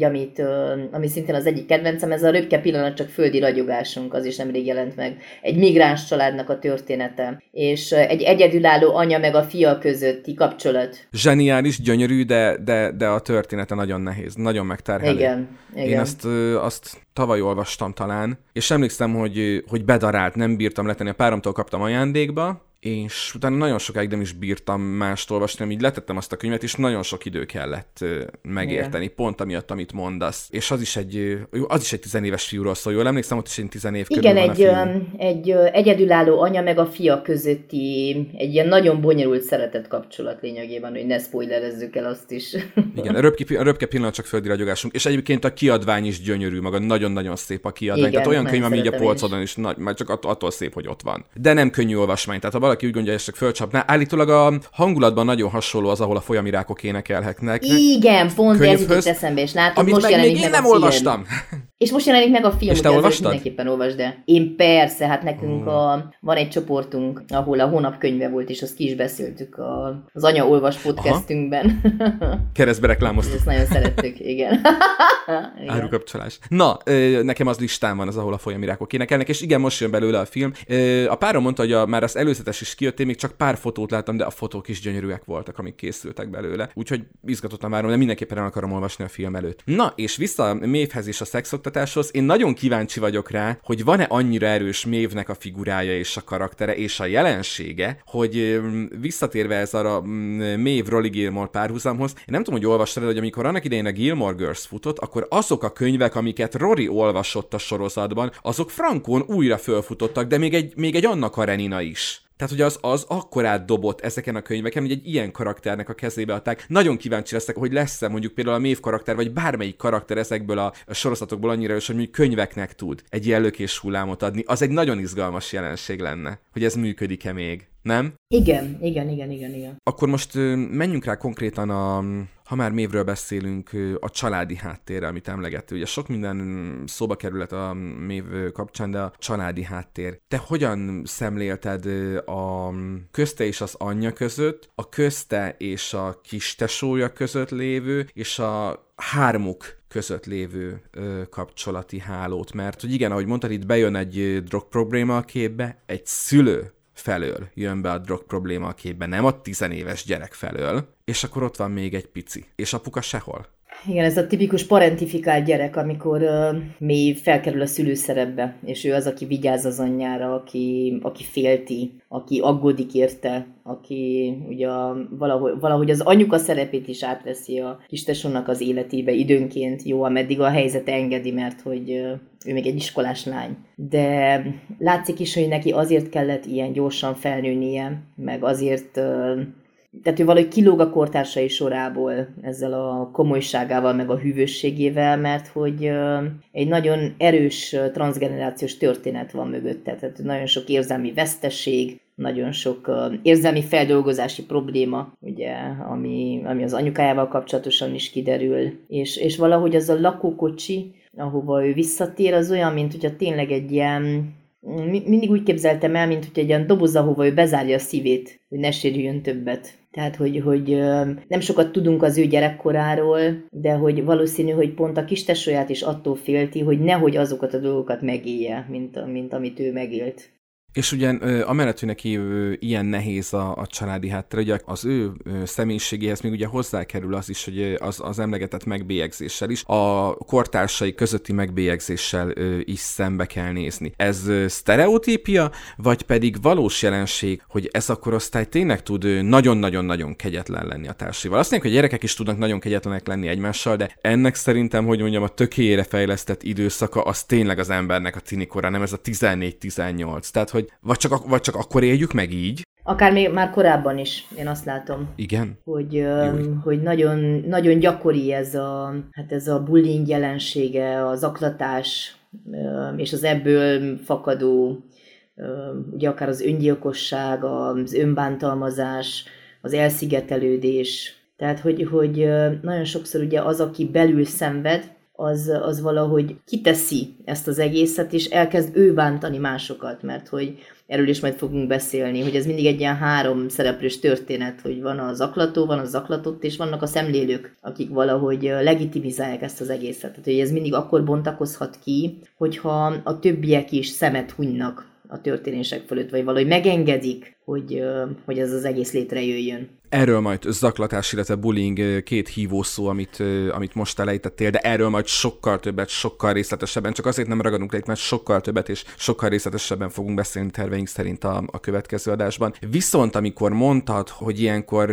ami szintén az egyik kedvencem, ez a Röpke pillanat, csak földi ragyogásunk, az is nemrég jelent meg. Egy migráns családnak a története. És egy egyedülálló anya meg a fia közötti kapcsolat. Zseniális, gyönyörű, de a története nagyon nehéz, nagyon megterhelő. Igen. Én azt tavaly olvastam talán, és emlékszem, hogy bedarált, nem bírtam letenni, a páromtól kaptam ajándékba, és utána nagyon sokáig nem is bírtam mást olvasni, hanem így letettem azt a könyvet, és nagyon sok idő kellett megérteni, pont amiatt, amit mondasz. És az is egy 10 éves fiúról szól, jól emlékszem, ott is egy 10 év körül van a film. egy egyedülálló anya meg a fia közötti egy ilyen nagyon bonyolult szeretet kapcsolat lényegében, hogy ne spoilerezzük el azt is. Igen, a Röpke pillanat, csak földi ragyogásunk, és egyébként a kiadvány is gyönyörű, maga nagyon-nagyon szép a kiadvány. Igen, tehát olyan könyv, ami így a polcodon is már csak attól szép, hogy ott van. De nem könnyű olvasmány, tehát ha valaki úgy gondolja, hogy fölcsapná, állítólag a hangulatban nagyon hasonló az, ahol a folyamirákok énekelhetnek. Igen, pont ez jutott eszembe, és látod, amit most jelenik meg meg nem a film. olvastam. És most jelenik meg a film, és te olvastad? Mindenképpen olvasd, de én persze, hát nekünk van egy csoportunk, ahol a hónap könyve volt, és azt ki is beszéltük az Anya Olvas podcastünkben. Keresztbe reklámoztuk. Ezt nagyon szerettük, igen. Árukapcsolás. Na, nekem az listán van az, ahol a folyamirákok énekelnek, és igen, most jön belőle a film. A párom mondta, hogy már az előzetes is kijött, én még csak pár fotót láttam, de a fotók is gyönyörűek voltak, amik készültek belőle. Úgyhogy izgatottan várom, de mindenképpen el akarom olvasni a film előtt. Na, és vissza a Maeve-hez és a szexoktatáshoz. Én nagyon kíváncsi vagyok rá, hogy van-e annyira erős Maeve-nek a figurája és a karaktere és a jelensége, hogy visszatérve ez arra Maeve-Rolly Gilmore párhuzamhoz, én nem tudom, hogy olvastad, hogy amikor annak idején a Gilmore Girls futott, akkor azok a könyvek, amiket Rory olvasott a sorozatban, azok frankón újra fölfutottak, de még egy Anna Karenina is. Tehát, hogy az akkorát dobott ezeken a könyveken, hogy egy ilyen karakternek a kezébe adták. Nagyon kíváncsi leszek, hogy lesz-e mondjuk például a Maeve karakter, vagy bármelyik karakter ezekből a sorozatokból annyira erős, hogy mondjuk könyveknek tud egy ilyen lökés hullámot adni. Az egy nagyon izgalmas jelenség lenne, hogy ez működik-e még, nem? Igen. Akkor most menjünk rá konkrétan ha már Maeve-ről beszélünk, a családi háttérre, amit emlegettő. Ugye sok minden szóba kerület a Maeve kapcsán, de a családi háttér. Te hogyan szemlélted a közte és az anyja között, a közte és a kistesója között lévő, és a hármuk között lévő kapcsolati hálót? Mert, hogy igen, ahogy mondtad, itt bejön egy drog probléma a képbe, egy szülő felől jön be a drog probléma a képbe, nem a 10 éves gyerek felől, és akkor ott van még egy pici. És apuka sehol. Igen, ez a tipikus parentifikált gyerek, amikor Maeve felkerül a szülőszerepbe, és ő az, aki vigyáz az anyjára, aki félti, aki aggódik érte, aki ugye valahogy az anyuka szerepét is átveszi a kistesónak az életébe időnként, jó, ameddig a helyzet engedi, mert hogy ő még egy iskolás lány. De látszik is, hogy neki azért kellett ilyen gyorsan felnőnie, meg azért... Tehát ő valahogy kilóg a kortársai sorából ezzel a komolyságával, meg a hűvösségével, mert hogy egy nagyon erős transzgenerációs történet van mögötte. Tehát nagyon sok érzelmi veszteség, nagyon sok érzelmi feldolgozási probléma, ugye, ami az anyukájával kapcsolatosan is kiderül. És valahogy az a lakókocsi, ahova ő visszatér, az olyan, mint hogyha tényleg egy ilyen... Mindig úgy képzeltem el, mint hogy egy olyan doboz, ahova ő bezárja a szívét, hogy ne sérüljön többet. Tehát, hogy nem sokat tudunk az ő gyerekkoráról, de hogy valószínű, hogy pont a kistesóját is attól félti, hogy nehogy azokat a dolgokat megélje, mint amit ő megélt. És ugyan amellett, hogy neki ilyen nehéz a családi háttér, ugye az ő személyiségéhez még ugye hozzákerül az is, hogy az emlegetett megbélyegzéssel is, a kortársai közötti megbélyegzéssel is szembe kell nézni. Ez sztereotípia, vagy pedig valós jelenség, hogy ez a korosztály tényleg tud nagyon-nagyon-nagyon kegyetlen lenni a társaival. Azt mondjuk, hogy gyerekek is tudnak nagyon kegyetlenek lenni egymással, de ennek szerintem, hogy mondjam, a tökélyére fejlesztett időszaka az tényleg az embernek a tinikora, nem ez a 14-18. Tehát, hogy vagy csak akkor éljük meg így. Akár még már korábban is, én azt látom. Igen? Hogy nagyon, nagyon gyakori ez a bullying jelensége, az zaklatás, és az ebből fakadó, ugye akár az öngyilkosság, az önbántalmazás, az elszigetelődés. Tehát, hogy nagyon sokszor ugye az, aki belül szenved, az valahogy kiteszi ezt az egészet, és elkezd ő bántani másokat, mert hogy erről is majd fogunk beszélni, hogy ez mindig egy ilyen 3 szereplős történet, hogy van a zaklató, van a zaklatott, és vannak a szemlélők, akik valahogy legitimizálják ezt az egészet. Tehát, hogy ez mindig akkor bontakozhat ki, hogyha a többiek is szemet hunynak a történések fölött, vagy valahogy megengedik, hogy ez az egész létrejöjjön. Erről majd zaklatás, illetve bullying 2 hívószó, amit most elejtettél, de erről majd sokkal többet, sokkal részletesebben, csak azért nem ragadunk le itt, mert sokkal többet és sokkal részletesebben fogunk beszélni terveink szerint a következő adásban. Viszont amikor mondtad, hogy ilyenkor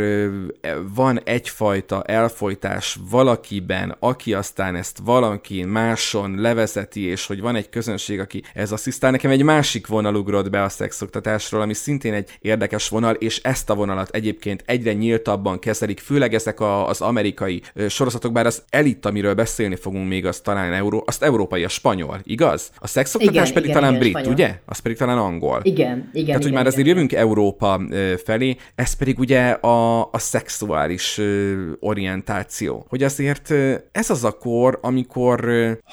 van egyfajta elfojtás valakiben, aki aztán ezt valaki máson levezeti, és hogy van egy közönség, aki ez asszisztál, nekem egy másik vonal ugrott be a szexoktatásról, ami szintén egy érdekes vonal, és ezt a vonalat egyébként egyre nyíltabban kezelik, főleg ezek az amerikai sorozatok, bár az elit, amiről beszélni fogunk még, az talán azt európai, a spanyol, igaz? A szexoktatás pedig talán brit, spanyol. Ugye? Az pedig talán angol. Igen. Tehát, hogy már azért jövünk Európa felé, ez pedig ugye a szexuális orientáció. Hogy azért ez az a kor, amikor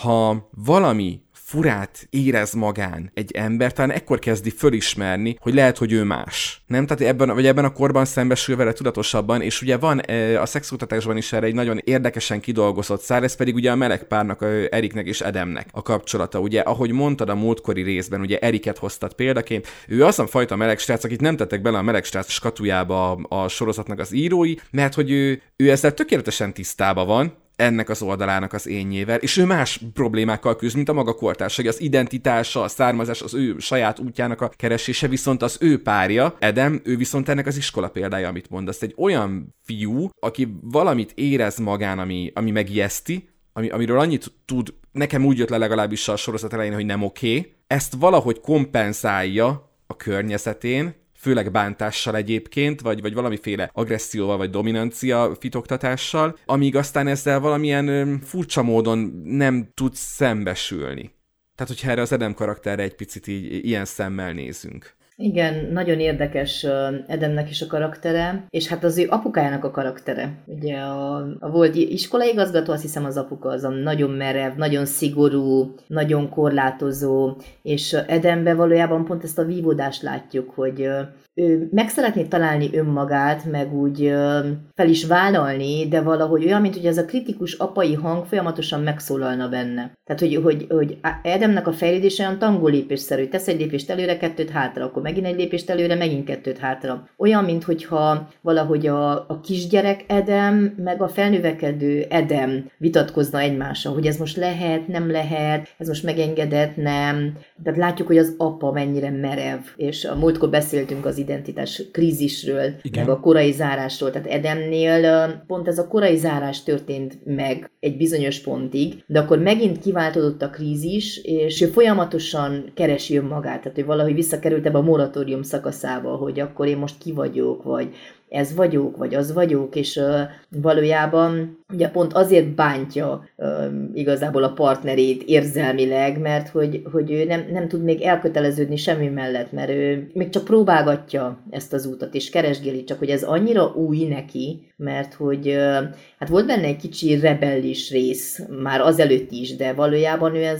ha valami furát érez magán egy ember, talán ekkor kezdi fölismerni, hogy lehet, hogy ő más. Nem? Tehát ebben a korban szembesül vele tudatosabban, és ugye van a szexoktatásban is erre egy nagyon érdekesen kidolgozott szál, ez pedig ugye a meleg párnak, Eriknek és Adamnek a kapcsolata. Ugye, ahogy mondtad a múltkori részben, ugye Eriket hoztad példaként, ő az a fajta meleg srác, akit nem tettek bele a meleg srác skatujába a sorozatnak az írói, mert hogy ő ezzel tökéletesen tisztában van, ennek az oldalának az énjével, és ő más problémákkal küzd, mint a maga kortársai, az identitása, a származás, az ő saját útjának a keresése, viszont az ő párja, Adam, ő viszont ennek az iskola példája, amit mondasz. Egy olyan fiú, aki valamit érez magán, ami megijeszti, amiről annyit tud, nekem úgy jött le legalábbis a sorozat elején, hogy nem oké, ezt valahogy kompenzálja a környezetén, főleg bántással egyébként, vagy valamiféle agresszióval, vagy dominancia fitoktatással, amíg aztán ezzel valamilyen furcsa módon nem tud szembesülni. Tehát, hogyha erre az Adam karakterre egy picit így ilyen szemmel nézünk. Igen, nagyon érdekes Adamnek is a karaktere, és hát az ő apukájának a karaktere. Ugye a volt iskolaigazgató, azt hiszem az apuka az a nagyon merev, nagyon szigorú, nagyon korlátozó, és Adamben valójában pont ezt a vívódást látjuk, hogy ő meg szeretné találni önmagát, meg úgy fel is vállalni, de valahogy olyan, mint hogy ez a kritikus apai hang folyamatosan megszólalna benne. Tehát, hogy Adamnek a fejlődése olyan tangólépésszerű, tesz egy lépést előre, 2 hátra, akkor megint egy lépést előre, megint 2 hátra. Olyan, minthogyha valahogy a kisgyerek Adam, meg a felnövekedő Adam vitatkozna egymással, hogy ez most lehet, nem lehet, ez most megengedett, nem. Tehát látjuk, hogy az apa mennyire merev, és a múltkor beszéltünk az identitás krízisről, igen, meg a korai zárásról. Tehát Adamnél pont ez a korai zárás történt meg egy bizonyos pontig, de akkor megint kiváltódott a krízis, és ő folyamatosan keresi önmagát, tehát ő valahogy visszakerült ebbe a moratórium szakaszába, hogy akkor én most ki vagyok, vagy ez vagyok, vagy az vagyok, és valójában ugye pont azért bántja igazából a partnerét érzelmileg, mert hogy ő nem tud még elköteleződni semmi mellett, mert ő még csak próbálgatja ezt az útat, és keresgéli, csak hogy ez annyira új neki, mert hogy hát volt benne egy kicsi rebellis rész, már azelőtt is, de valójában ő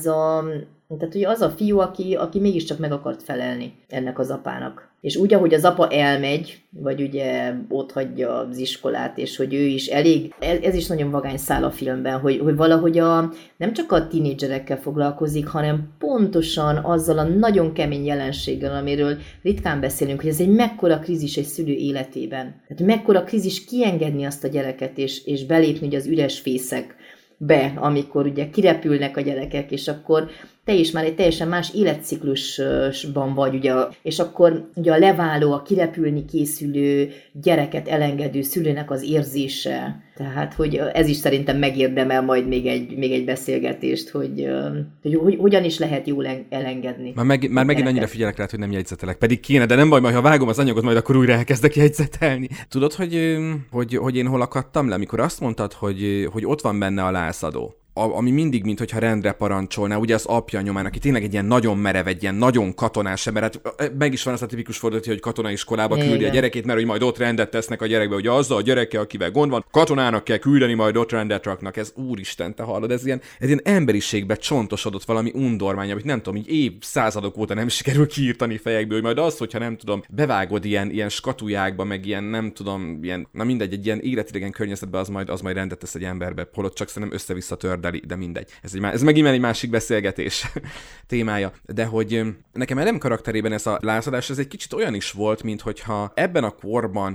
tehát ugye az a fiú, aki mégiscsak meg akart felelni ennek az apának. És úgy, ahogy az apa elmegy, vagy ugye otthagyja az iskolát, és hogy ő is elég, ez is nagyon vagány szál a filmben, hogy valahogy nem csak a tínédzserekkel foglalkozik, hanem pontosan azzal a nagyon kemény jelenséggel, amiről ritkán beszélünk, hogy ez egy mekkora krízis egy szülő életében. Tehát mekkora krízis kiengedni azt a gyereket, és belépni ugye az üres fészekbe, amikor ugye kirepülnek a gyerekek, és akkor te is már egy teljesen más életciklusban vagy, ugye, és akkor ugye a leváló, a kirepülni készülő gyereket elengedő szülőnek az érzése. Tehát, hogy ez is szerintem megérdemel majd még egy beszélgetést, hogy hogyan is lehet jól elengedni. Már megint annyira figyelek rá, hogy nem jegyzetelek. Pedig kéne, de nem baj, majd ha vágom az anyagot, majd akkor újra elkezdek jegyzetelni. Tudod, hogy én hol akadtam le, amikor azt mondtad, hogy ott van benne a lázadó. ami mindig, mintha rendre parancsolná, ugye az apja nyomán, aki tényleg egy ilyen nagyon merev, egy ilyen nagyon katonás ember, hát meg is van az a tipikus fordulat, hogy katonaiskolába küldi a gyerekét, mert hogy majd ott rendet tesznek a gyerekbe, hogy azzal a gyereke, akivel gond van, katonának kell küldeni, majd ott rendet raknak. Ez úristen, te hallod, ez ilyen emberiségbe csontosodott valami undormány, amit nem tudom, így évszázadok óta nem sikerül kiírtani fejekből, hogy majd az, hogyha nem tudom, bevágod ilyen skatujákba, meg ilyen nem tudom, ilyen, na mindegy, egy ilyen életidegen környezetben az majd rendet tesz egy emberbe, holott csak szerintem össze-vissza tördeli, de mindegy. Ez megint egy másik beszélgetés témája. De hogy nekem Adam karakterében ez a lázadás, ez egy kicsit olyan is volt, mint hogyha ebben a korban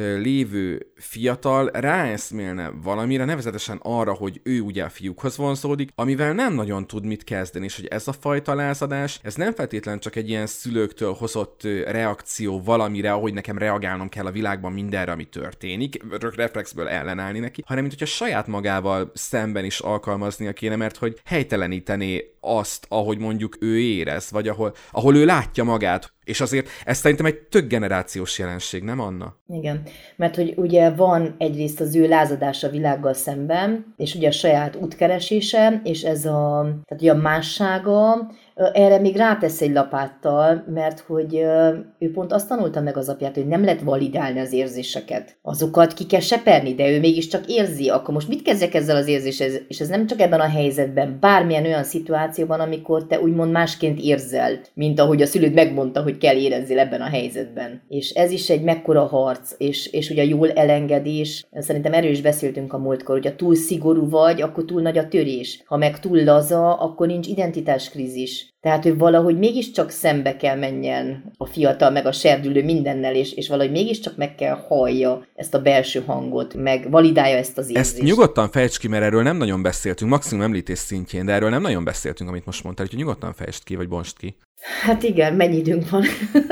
lévő fiatal ráeszmélne valamire, nevezetesen arra, hogy ő ugye a fiúkhoz vonzódik, amivel nem nagyon tud mit kezdeni, és hogy ez a fajta lázadás, ez nem feltétlen csak egy ilyen szülőktől hozott reakció valamire, ahogy nekem reagálnom kell a világban mindenre, ami történik, reflexből ellenállni neki, hanem mint hogyha saját magával szemben is alkalmaznia kéne, mert hogy helytelenítené azt, ahogy mondjuk ő érez, vagy ahol ő látja magát. És azért ez szerintem egy tök generációs jelenség, nem Anna? Igen, mert hogy ugye van egyrészt az ő lázadása a világgal szemben, és ugye a saját útkeresése, és tehát ugye a mássága, erre még rátesz egy lapáttal, mert hogy ő pont azt tanulta meg az apját, hogy nem lehet validálni az érzéseket. Azokat ki kell seperni, de ő mégiscsak érzi. Akkor most mit kezdjek ezzel az érzéssel? És ez nem csak ebben a helyzetben, bármilyen olyan szituációban, amikor te úgymond másként érzel, mint ahogy a szülőd megmondta, hogy kell érezzél ebben a helyzetben. És ez is egy mekkora harc, és ugye a jól elengedés, szerintem erről is beszéltünk a múltkor, hogy ha túl szigorú vagy, akkor túl nagy a törés. Ha meg túl laza, akkor nincs identitáskrízis. Tehát, hogy valahogy mégiscsak szembe kell menjen a fiatal, meg a serdülő mindennel, és valahogy mégiscsak meg kell hallja ezt a belső hangot, meg validálja ezt az érzést. Ezt nyugodtan fejtsd ki, mert erről nem nagyon beszéltünk, maximum említés szintjén, de erről nem nagyon beszéltünk, amit most mondtál, úgyhogy nyugodtan fejtsd ki, vagy bontsd ki. Hát igen, mennyi időnk van.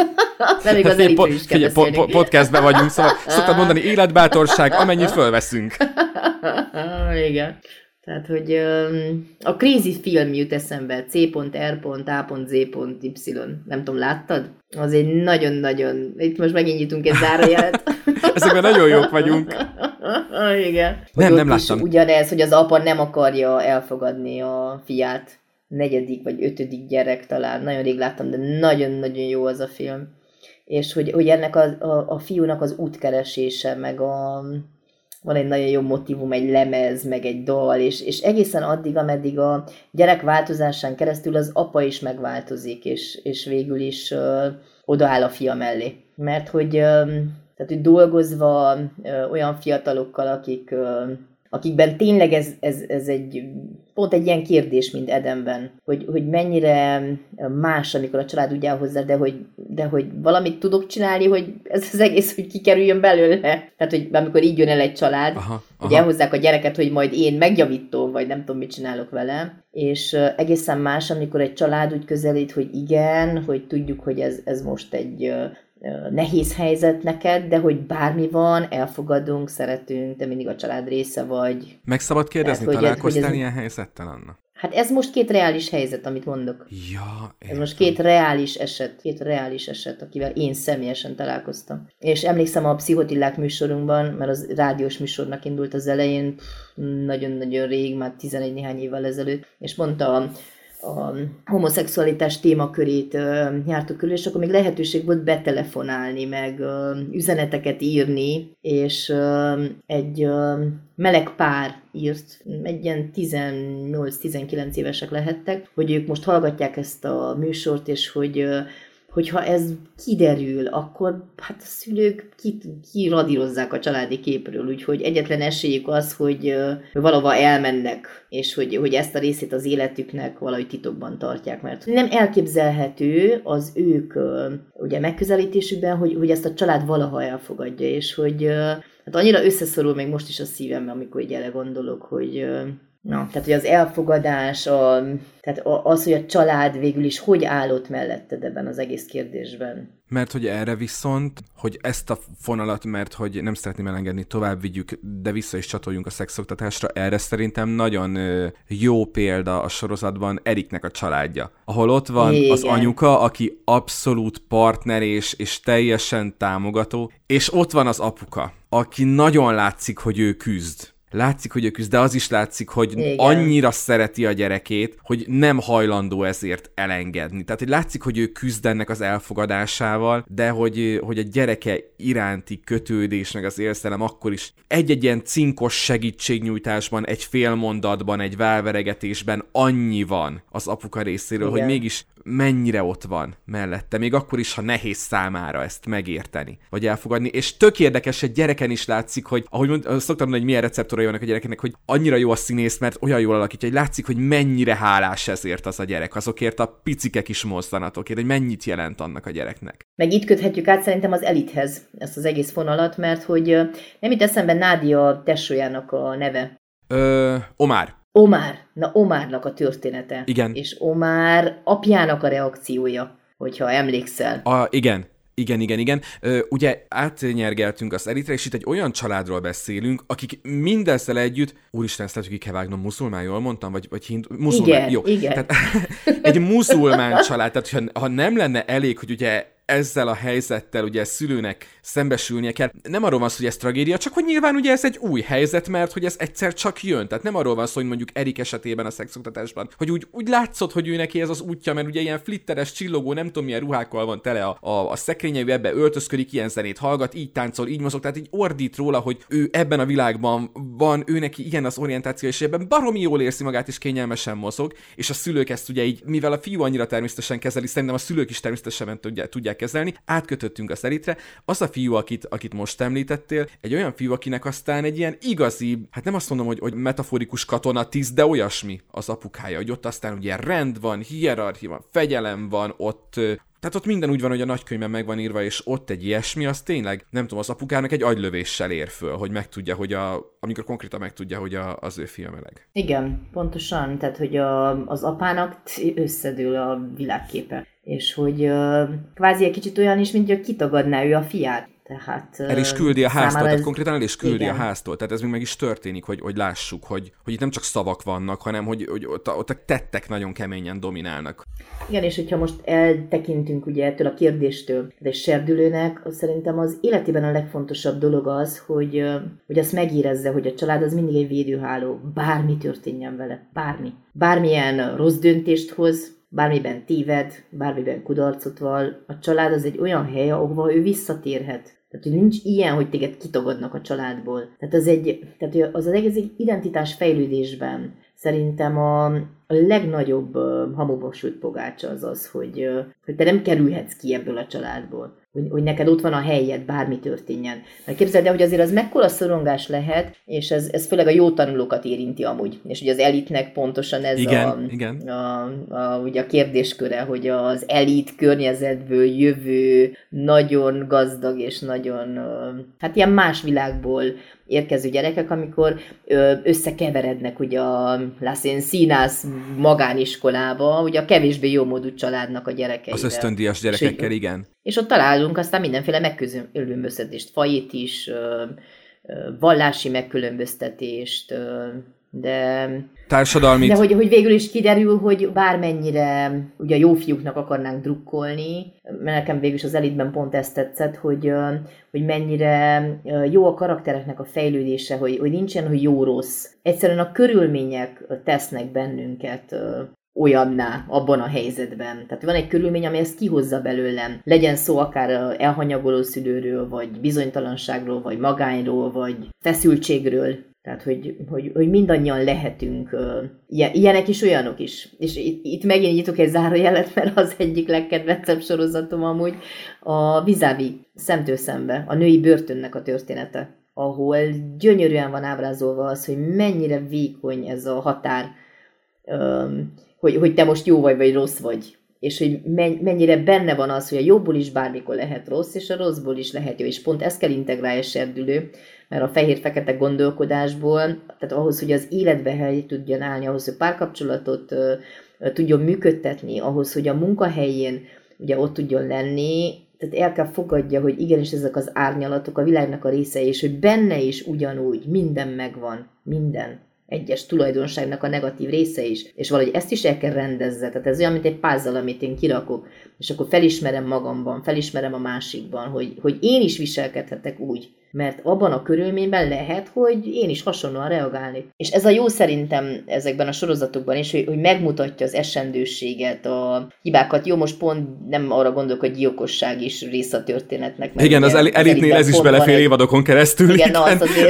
Nem igaz, elég is kell beszélni. Podcastben vagyunk, szóval szoktad mondani életbátorság, amennyit fölveszünk. Igen. Tehát, hogy a Crazy film jut eszembe, C.R.A.Z.Y. Nem tudom, láttad? Az egy nagyon-nagyon... Itt most megint nyitunk egy zárójelet. Ezekben nagyon jók vagyunk. Igen. Nem láttam. Ugyanez, hogy az apa nem akarja elfogadni a fiát. 4. vagy 5. gyerek talán. Nagyon rég láttam, de nagyon-nagyon jó az a film. És hogy ennek a fiúnak az útkeresése, meg van egy nagyon jó motívum, egy lemez, meg egy dal, és egészen addig, ameddig a gyerek változásán keresztül az apa is megváltozik, és végül is odaáll a fia mellé. Mert hogy dolgozva olyan fiatalokkal, akikben tényleg ez pont egy ilyen kérdés, mint Edenben, hogy mennyire más, amikor a család úgy áll hozzá, de hogy valamit tudok csinálni, hogy ez az egész, hogy kikerüljön belőle. Tehát, hogy amikor így jön el egy család, hogy elhozzák a gyereket, hogy majd én megjavítom, vagy nem tudom, mit csinálok vele. És egészen más, amikor egy család úgy közelít, hogy igen, hogy tudjuk, hogy ez most egy nehéz helyzet neked, de hogy bármi van, elfogadunk, szeretünk, te mindig a család része vagy. Meg szabad kérdezni, találkoztál ilyen helyzettel, Anna? Hát ez most 2 reális helyzet, amit mondok. Ja, ez most 2 reális eset, akivel én személyesen találkoztam. És emlékszem a Pszichotillák műsorunkban, mert az rádiós műsornak indult az elején, nagyon-nagyon rég, már 11 néhány évvel ezelőtt, és mondta a homoszexualitás témakörét jártuk körül, és akkor még lehetőség volt betelefonálni, meg üzeneteket írni, és egy meleg pár írt, egy ilyen 18-19 évesek lehettek, hogy ők most hallgatják ezt a műsort, és hogyha ez kiderül, akkor hát a szülők kiradírozzák a családi képről, úgyhogy egyetlen esélyük az, hogy valahova elmennek, és hogy ezt a részét az életüknek valahogy titokban tartják, mert nem elképzelhető az ők ugye megközelítésükben, hogy ezt a család valaha elfogadja, és hogy hát annyira összeszorul még most is a szívem, amikor így gondolok, hogy tehát, hogy az elfogadás, tehát az, hogy a család végül is hogy állott melletted ebben az egész kérdésben. Mert hogy erre viszont, hogy ezt a fonalat, mert hogy nem szeretném elengedni, tovább vigyük, de vissza is csatoljunk a szexoktatásra, erre szerintem nagyon jó példa a sorozatban Eriknek a családja. Ahol ott van az anyuka, aki abszolút partner és teljesen támogató, és ott van az apuka, aki nagyon látszik, hogy ő küzd. Látszik, hogy ő küzd, de az is látszik, hogy Igen. annyira szereti a gyerekét, hogy nem hajlandó ezért elengedni. Tehát, hogy látszik, hogy ő küzd ennek az elfogadásával, de hogy a gyereke iránti kötődés, meg az érzelem akkor is egy-egy ilyen cinkos segítségnyújtásban, egy félmondatban, egy válveregetésben annyi van az apuka részéről, Igen. hogy mégis mennyire ott van mellette, még akkor is, ha nehéz számára ezt megérteni, vagy elfogadni, és tök érdekes, egy gyereken is látszik, hogy ahogy szoktam mondani, hogy milyen receptorai vannak a gyerekeknek, hogy annyira jó a színész, mert olyan jól alakítja, hogy látszik, hogy mennyire hálás ezért az a gyerek, azokért a picike kis mozdanatokért, hogy mennyit jelent annak a gyereknek. Meg itt köthetjük át szerintem az Elithez ezt az egész vonalat, mert hogy nem itt eszembe Nádia tesójának a neve. Omar. Omar. Na, Omárnak a története. Igen. És Omar apjának a reakciója, hogyha emlékszel. Igen. Ugye átnyergeltünk az Elitre, és itt egy olyan családról beszélünk, akik mindezzel együtt, úristen, ezt lehet, hogy ki kell vágnom, muszulmán, jól mondtam? Vagy muszulmán? Igen, jó. igen. Tehát, egy muszulmán család, tehát ha nem lenne elég, hogy ugye ezzel a helyzettel ugye szülőnek szembesülnie kell. Nem arról van szó, hogy ez tragédia, csak hogy nyilván ugye ez egy új helyzet, mert hogy ez egyszer csak jön. Tehát nem arról van szó, hogy mondjuk Erik esetében a szexoktatásban, hogy úgy látszott, hogy ő neki ez az útja, mert ugye ilyen flitteres, csillogó, nem tudom milyen ruhákkal van tele a szekrénye, ő ebbe öltözködik, ilyen zenét hallgat, így táncol, így mozog, tehát így ordít róla, hogy ő ebben a világban van, ő neki ilyen az orientáció, és ebben baromi jól érzi magát, és kényelmesen mozog, és a szülők ezt ugye így, mivel a fiú annyira természetesen kezeli, szerintem a szülők is természetesen tudják kezelni, átkötöttünk az Elitre. Az a fiú, akit most említettél, egy olyan fiú, akinek aztán egy ilyen igazi, hát nem azt mondom, hogy metaforikus katonatiszt, de olyasmi az apukája, hogy ott aztán ugye rend van, hierarchia van, fegyelem van, ott tehát ott minden úgy van, hogy a nagykönyvben meg van írva, és ott egy ilyesmi, az tényleg, nem tudom, az apukának egy agylövéssel ér föl, hogy megtudja, hogy amikor konkrétan megtudja, hogy az ő fia meleg. Igen, pontosan, tehát hogy az apának összedől a világképe, és hogy kvázi egy kicsit olyan is, mint hogy kitagadná ő a fiát. Tehát, el is küldi a háztól, tehát konkrétan el is küldi igen. a háztól, tehát ez még meg is történik, hogy lássuk, hogy itt nem csak szavak vannak, hanem hogy ott a tettek nagyon keményen dominálnak. Igen, és hogyha most eltekintünk ugye ettől a kérdéstől, de egy serdülőnek, szerintem az életében a legfontosabb dolog az, hogy azt megérezze, hogy a család az mindig egy védőháló, bármi történjen vele, bármi. Bármilyen rossz döntést hoz, bármiben téved, bármiben kudarcot val, a család az egy olyan hely, ahova ő visszatérhet. Tehát, hogy nincs ilyen, hogy téged kitagadnak a családból. Tehát az egész identitás fejlődésben szerintem a legnagyobb hamuba sült pogácsa az, hogy te nem kerülhetsz ki ebből a családból. Hogy neked ott van a helyed, bármi történjen. Mert képzeld el, hogy azért az mekkora szorongás lehet, és ez főleg a jó tanulókat érinti amúgy. És ugye az elitnek pontosan ez igen. ugye a kérdésköre, hogy az elit környezetből jövő, nagyon gazdag és nagyon, hát ilyen más világból érkező gyerekek, amikor összekeverednek ugye a Las Encinas magániskolába, ugye a kevésbé jómódú családnak a gyerekeivel. Az ösztöndíjas gyerekekkel, igen. És ott találunk aztán mindenféle megkülönböztetést, fajit is, vallási megkülönböztetést, de társadalmi. De hogy végül is kiderül, hogy bármennyire ugye a jó fiúknak akarnánk drukkolni, mert nekem végül is az elitben pont ezt tetszett, hogy mennyire jó a karaktereknek a fejlődése, hogy nincsen, hogy jó-rossz. Egyszerűen a körülmények tesznek bennünket olyanná abban a helyzetben. Tehát van egy körülmény, ami ezt kihozza belőlem. Legyen szó akár elhanyagoló szülőről, vagy bizonytalanságról, vagy magányról, vagy feszültségről. Tehát, hogy mindannyian lehetünk ilyenek is, olyanok is. És itt megint nyitok egy zárójelet, mert az egyik legkedvencebb sorozatom amúgy a Vizávi, Szemtől szembe, a női börtönnek a története, ahol gyönyörűen van ábrázolva az, hogy mennyire vékony ez a határ, hogy te most jó vagy rossz vagy. És hogy mennyire benne van az, hogy a jóból is bármikor lehet rossz, és a rosszból is lehet jó. És pont ezt kell integrálni a serdülő, mert a fehér-fekete gondolkodásból, tehát ahhoz, hogy az életbe helyet tudjon állni, ahhoz, hogy párkapcsolatot tudjon működtetni, ahhoz, hogy a munkahelyén ugye ott tudjon lenni, tehát el kell fogadja, hogy igenis ezek az árnyalatok a világnak a részei, és hogy benne is ugyanúgy minden megvan, minden egyes tulajdonságnak a negatív része is, és valahogy ezt is el kell rendezze. Tehát ez olyan, mint egy puzzle, amit én kirakok, és akkor felismerem magamban, felismerem a másikban, hogy én is viselkedhetek úgy, mert abban a körülményben lehet, hogy én is hasonlóan reagálni. És ez a jó szerintem ezekben a sorozatokban is, hogy megmutatja az esendőséget, a hibákat. Jó, most pont nem arra gondolok, hogy gyilkosság is része a történetnek. Igen, az elitnél ez is belefér évadokon keresztül. Igen, na,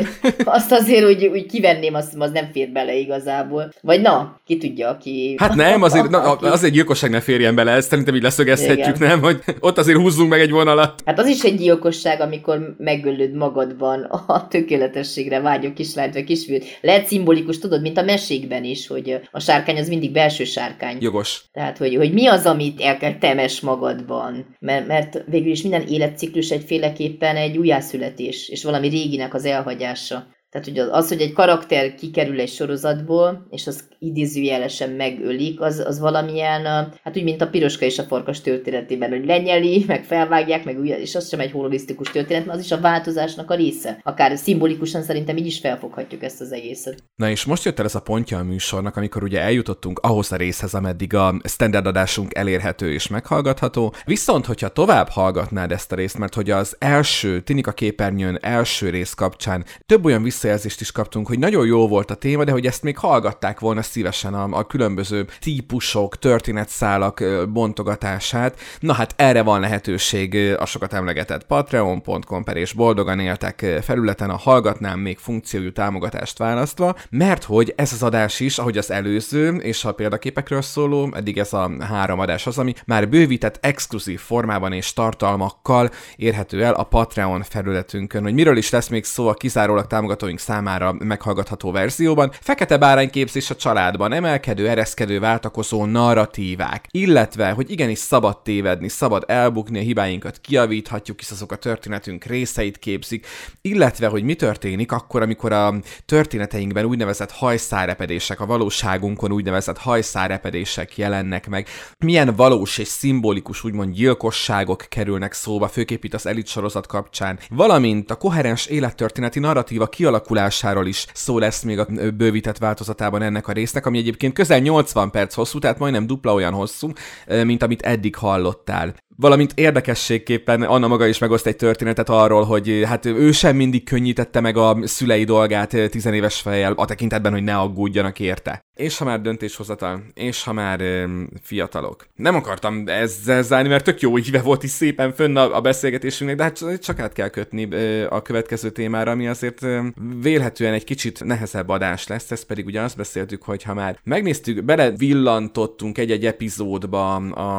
azt azért úgy kivenném, az nem fér bele igazából. Vagy na, ki tudja, aki... Hát nem, azért gyilkosság ne férjen bele, ezt szerintem így leszögezhetjük, nem? Hogy ott azért húzzunk meg egy vonalat. Hát az is egy gyilkosság, amikor megölöd magadban a tökéletességre vágyó kislányt vagy kisfiút. Lehet szimbolikus, tudod, mint a mesékben is, hogy a sárkány az mindig belső sárkány. Jogos. Tehát, hogy mi az, amit el kell temes magadban. Mert végül is minden életciklus egyféleképpen egy újjászületés, és valami réginek az elhagyása. Tehát hogy egy karakter kikerül egy sorozatból, és az idézőjelesen megölik, az valamilyen, hát úgy, mint a piroska és a farkas történetében, hogy lenyeli, meg felvágják, meg újra, és az sem egy holisztikus történet, mert az is a változásnak a része. Akár szimbolikusan szerintem így is felfoghatjuk ezt az egészet. Na és most jött el ez a pontja a műsornak, amikor ugye eljutottunk ahhoz a részhez, ameddig a standard adásunk elérhető és meghallgatható. Viszont, hogyha tovább hallgatnád ezt a részt, mert hogy az első Tinika képernyőn első rész kapcsán több olyan visszajelzést is kaptunk, hogy nagyon jó volt a téma, de hogy ezt még hallgatták volna szívesen a különböző típusok, történetszálak bontogatását. Na hát erre van lehetőség a sokat emlegetett patreon.com per és boldogan éltek felületen a hallgatnám még funkciójú támogatást választva, mert hogy ez az adás is, ahogy az előző és a példaképekről szóló, eddig ez a 3 adás az, ami már bővített exkluzív formában és tartalmakkal érhető el a Patreon felületünkön. Hogy miről is lesz még szó a kizárólag támogatóink számára meghallgatható verzióban: fekete bárányképzés a családban, emelkedő, ereszkedő, váltakozó narratívák, illetve, hogy igenis szabad tévedni, szabad elbukni, a hibáinkat kijavíthatjuk, hisz azok a történetünk részeit képzik, illetve, hogy mi történik akkor, amikor a történeteinkben úgynevezett hajszárepedések, a valóságunkon úgynevezett hajszárepedések jelennek meg, milyen valós és szimbolikus úgymond gyilkosságok kerülnek szóba, főképp itt az Elit sorozat kapcsán, valamint a koherens élettörténeti narratíva kialakulásáról is szó lesz még a bővített változatában ennek a résznek, ami egyébként közel 80 perc hosszú, tehát majdnem dupla olyan hosszú, mint amit eddig hallottál. Valamint érdekességképpen Anna maga is megoszt egy történetet arról, hogy hát ő sem mindig könnyítette meg a szülei dolgát 10 éves fejjel, a tekintetben, hogy ne aggódjanak érte. És ha már döntéshozatal, és ha már fiatalok. Nem akartam ezzel zárni, mert tök jó híve volt is szépen fönn a beszélgetésünknek, de hát csak át kell kötni a következő témára, ami azért vélhetően egy kicsit nehezebb adás lesz, ezt pedig ugye azt beszéltük, hogy ha már megnéztük, belevillantottunk egy-egy epizódba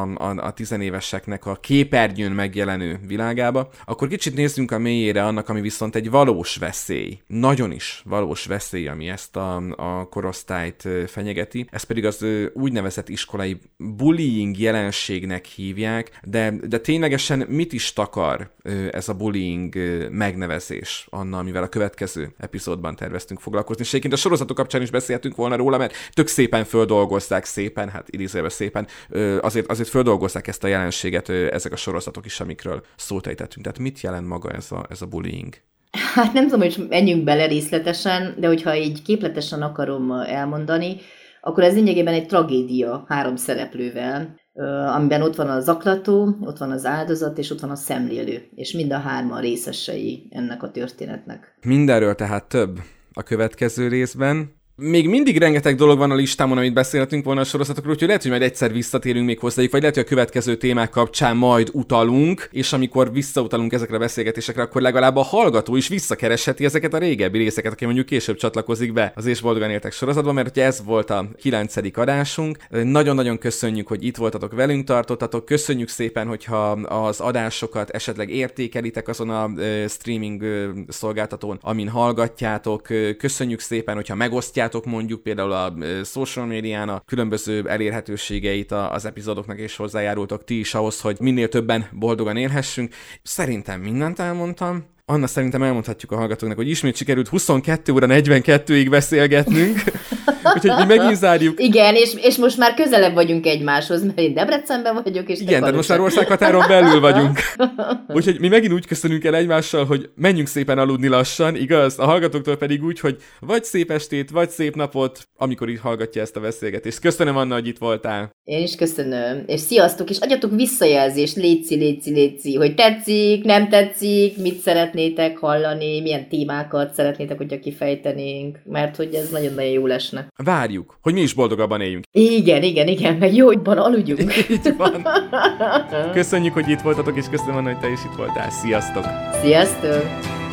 a 10 éveseknek a képernyőn megjelenő világába, akkor kicsit nézzünk a mélyére annak, ami viszont egy valós veszély. Nagyon is valós veszély, ami ezt a korosztályt fenyegeti. Ez pedig az úgynevezett iskolai bullying jelenségnek hívják, de ténylegesen mit is takar ez a bullying megnevezés, Anna, amivel a következő epizódban terveztünk foglalkozni. És egyébként a sorozatok kapcsán is beszéltünk volna róla, mert tök szépen földolgozzák, hát idézőjelben szépen, azért földolgozzák ezt a jelenséget ezek a sorozatok is, amikről szót ejtettünk. Tehát mit jelent maga ez a bullying? Hát nem tudom, hogy menjünk bele részletesen, de hogyha így képletesen akarom elmondani, akkor ez lényegében egy tragédia 3 szereplővel, amiben ott van a zaklató, ott van az áldozat, és ott van a szemlélő, és mind a 3 részesei ennek a történetnek. Mindenről tehát több a következő részben. Még mindig rengeteg dolog van a listámon, amit beszélhetünk volna a sorozatokról, úgyhogy lehet, hogy majd egyszer visszatérünk még hozzájuk, vagy lehet, hogy a következő témák kapcsán majd utalunk, és amikor visszautalunk ezekre a beszélgetésekre, akkor legalább a hallgató is visszakeresheti ezeket a régebbi részeket, aki mondjuk később csatlakozik be az És boldogan éltek sorozatban, mert ugye ez volt a 9. adásunk. Nagyon-nagyon köszönjük, hogy itt voltatok, velünk tartottatok, köszönjük szépen, hogyha az adásokat esetleg értékelitek azon a streaming szolgáltatón, amin hallgatjátok, köszönjük szépen, hogyha megosztjátok mondjuk például a social médián a különböző elérhetőségeit az epizódoknak, és hozzájárultok ti is ahhoz, hogy minél többen boldogan élhessünk. Szerintem mindent elmondtam. Anna, szerintem elmondhatjuk a hallgatóknak, hogy ismét sikerült 22 óra 42-ig beszélgetnünk. Úgyhogy mi megint zárjuk. Igen, és most már közelebb vagyunk egymáshoz, mert én Debrecenben vagyok, és igen, de most már országhatáron belül vagyunk. Úgyhogy mi megint úgy köszönünk el egymással, hogy menjünk szépen aludni lassan, igaz? A hallgatóktól pedig úgy, hogy vagy szép estét, vagy szép napot, amikor így hallgatja ezt a beszélgetést. Köszönöm, Anna, hogy itt voltál. Én is köszönöm. És sziasztok, és adjatok visszajelzést, léci, hogy tetszik, nem tetszik, mit szeretnétek hallani, milyen témákat szeretnétek, hogyha kifejtenénk, mert hogy ez nagyon-nagyon jó lesne. Várjuk, hogy mi is boldogabban éljünk. Igen, meg jobban aludjunk. Így van. Köszönjük, hogy itt voltatok, és köszönöm, Anna, hogy te is itt voltál. Sziasztok! Sziasztok!